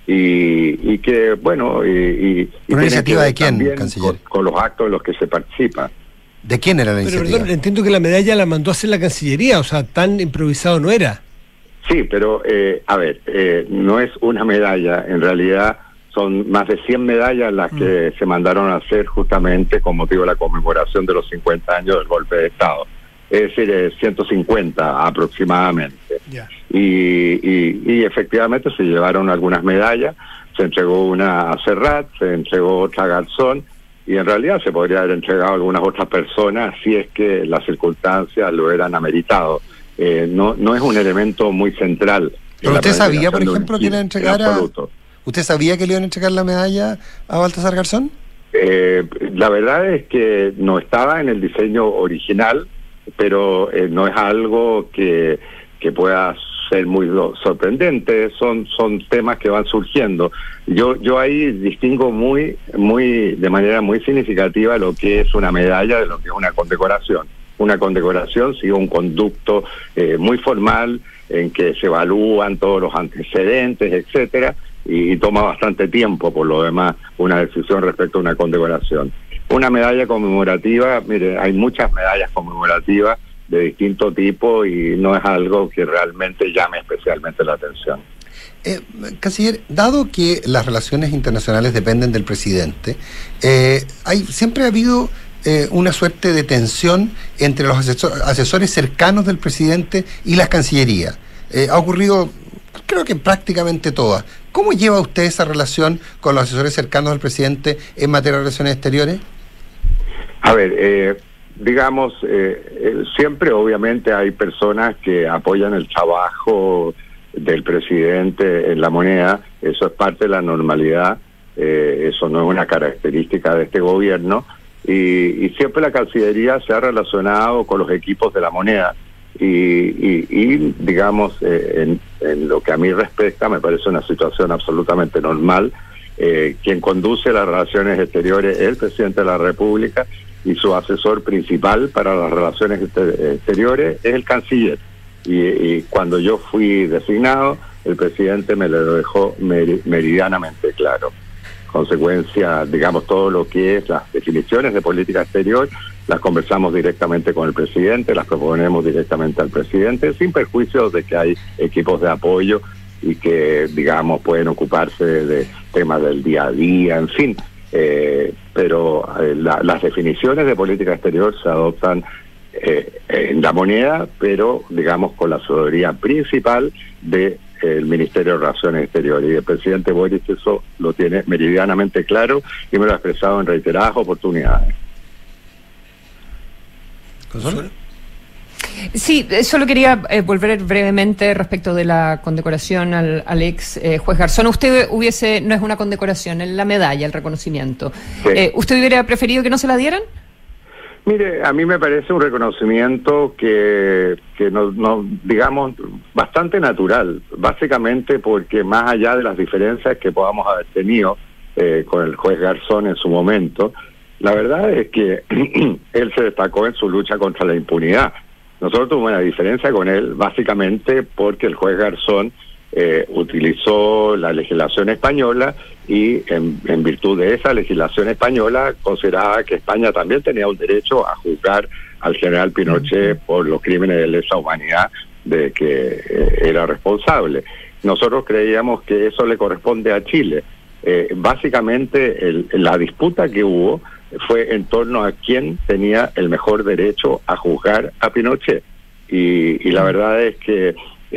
Speaker 14: y que, bueno...
Speaker 2: ¿Una iniciativa de quién, canciller?
Speaker 14: Con los actos en los que se participa.
Speaker 2: ¿De quién era la iniciativa?
Speaker 3: Pero perdón, entiendo que la medalla la mandó a hacer la Cancillería, o sea, tan improvisado no era.
Speaker 14: Sí, pero, no es una medalla, en realidad son más de 100 medallas las que se mandaron a hacer justamente con motivo de la conmemoración de los 50 años del golpe de Estado. Es decir, 150 aproximadamente. Yeah. Y efectivamente se llevaron algunas medallas, se entregó una a Serrat, se entregó otra a Garzón, y en realidad se podría haber entregado a algunas otras personas si es que las circunstancias lo hubieran ameritado. No es un elemento muy central.
Speaker 2: ¿Pero usted sabía, por ejemplo, que iban a entregar ¿Usted sabía que le iban a entregar la medalla a Baltasar Garzón?
Speaker 14: La verdad es que no estaba en el diseño original, pero no es algo que pueda ser muy sorprendente. Son temas que van surgiendo. Yo ahí distingo de manera muy significativa lo que es una medalla de lo que es una condecoración. Una condecoración sigue un conducto muy formal en que se evalúan todos los antecedentes, etcétera, y toma bastante tiempo, por lo demás, una decisión respecto a una condecoración. Una medalla conmemorativa, mire, hay muchas medallas conmemorativas de distinto tipo y no es algo que realmente llame especialmente la atención.
Speaker 2: Canciller, dado que las relaciones internacionales dependen del presidente, siempre ha habido una suerte de tensión entre los asesores cercanos del presidente y la Cancillería. Ha ocurrido, creo que prácticamente todas. ¿Cómo lleva usted esa relación con los asesores cercanos del presidente en materia de relaciones exteriores?
Speaker 14: A ver, digamos, siempre obviamente hay personas que apoyan el trabajo del presidente en la moneda, eso es parte de la normalidad, eso no es una característica de este gobierno, y siempre la Cancillería se ha relacionado con los equipos de la moneda, y digamos, en lo que a mí respecta, me parece una situación absolutamente normal. Quien conduce las relaciones exteriores es el presidente de la República, y su asesor principal para las relaciones exteriores es el canciller. Y cuando yo fui designado, el presidente me lo dejó meridianamente claro. Consecuencia, digamos, todo lo que es las definiciones de política exterior, las conversamos directamente con el presidente, las proponemos directamente al presidente, sin perjuicio de que hay equipos de apoyo y que, digamos, pueden ocuparse de temas del día a día, en fin. Pero las definiciones de política exterior se adoptan en la moneda, pero, digamos, con la asesoría principal del Ministerio de Relaciones Exteriores. Y el presidente Boric eso lo tiene meridianamente claro y me lo ha expresado en reiteradas oportunidades.
Speaker 3: ¿Consuelo?
Speaker 4: Sí, solo quería volver brevemente respecto de la condecoración al ex juez Garzón. Usted no es una condecoración, es la medalla, el reconocimiento. Sí. ¿Usted hubiera preferido que no se la dieran?
Speaker 14: Mire, a mí me parece un reconocimiento que no, digamos, bastante natural, básicamente porque más allá de las diferencias que podamos haber tenido con el juez Garzón en su momento, la verdad es que él se destacó en su lucha contra la impunidad. Nosotros tuvimos una diferencia con él básicamente porque el juez Garzón utilizó la legislación española y en virtud de esa legislación española consideraba que España también tenía un derecho a juzgar al general Pinochet por los crímenes de lesa humanidad de que era responsable. Nosotros creíamos que eso le corresponde a Chile. Básicamente la disputa que hubo fue en torno a quién tenía el mejor derecho a juzgar a Pinochet, y la verdad es que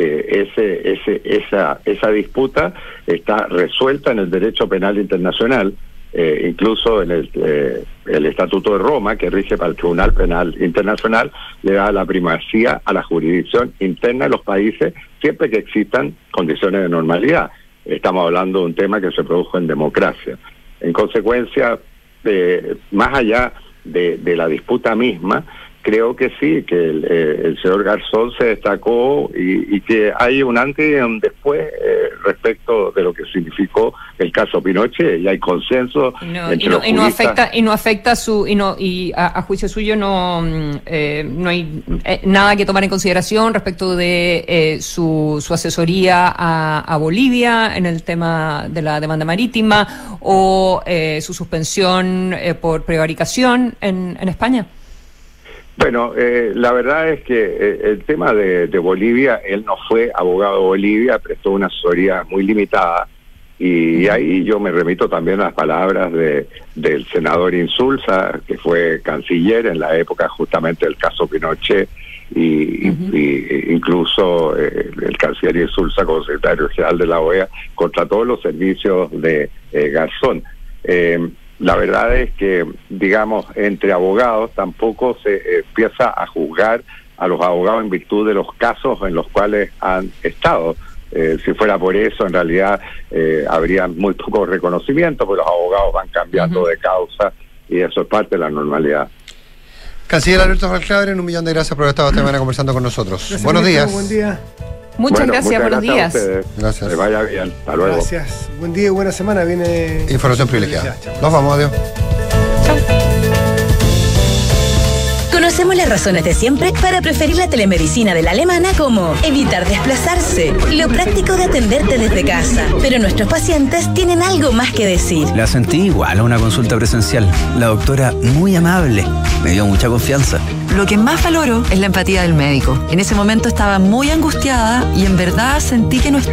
Speaker 14: esa disputa está resuelta en el derecho penal internacional, incluso en el Estatuto de Roma, que rige para el Tribunal Penal Internacional, le da la primacía a la jurisdicción interna de los países siempre que existan condiciones de normalidad. Estamos hablando de un tema que se produjo en democracia. En consecuencia, más allá de la disputa misma, creo que sí, que el señor Garzón se destacó y que hay un antes y un después respecto de lo que significó el caso Pinochet, y hay consenso entre los juristas.
Speaker 4: Y a juicio suyo no hay nada que tomar en consideración respecto de su asesoría a Bolivia en el tema de la demanda marítima o su suspensión por prevaricación en España.
Speaker 14: Bueno, la verdad es que el tema de Bolivia, él no fue abogado de Bolivia, prestó una asesoría muy limitada, y ahí yo me remito también a las palabras del senador Insulza, que fue canciller en la época justamente del caso Pinochet, y incluso el canciller Insulza, como secretario general de la OEA, contrató los servicios de Garzón. La verdad es que, digamos, entre abogados tampoco se empieza a juzgar a los abogados en virtud de los casos en los cuales han estado. Si fuera por eso, en realidad habría muy poco reconocimiento, porque los abogados van cambiando de causa y eso es parte de la normalidad.
Speaker 2: Canciller Alberto Valcárcel, 1 millón de gracias por haber estado esta mañana conversando con nosotros.
Speaker 3: Gracias,
Speaker 2: buenos días.
Speaker 3: Buen día.
Speaker 4: Muchas gracias, buenos días.
Speaker 14: A ustedes.
Speaker 2: Gracias.
Speaker 14: Que vaya bien, hasta luego.
Speaker 3: Gracias. Buen día y buena semana. Viene
Speaker 2: información privilegiada. Nos vamos, adiós.
Speaker 9: Conocemos las razones de siempre para preferir la telemedicina de la alemana, como evitar desplazarse, lo práctico de atenderte desde casa. Pero nuestros pacientes tienen algo más que decir.
Speaker 15: La sentí igual a una consulta presencial. La doctora muy amable, me dio mucha confianza.
Speaker 16: Lo que más valoro es la empatía del médico. En ese momento estaba muy angustiada y en verdad sentí que no estaba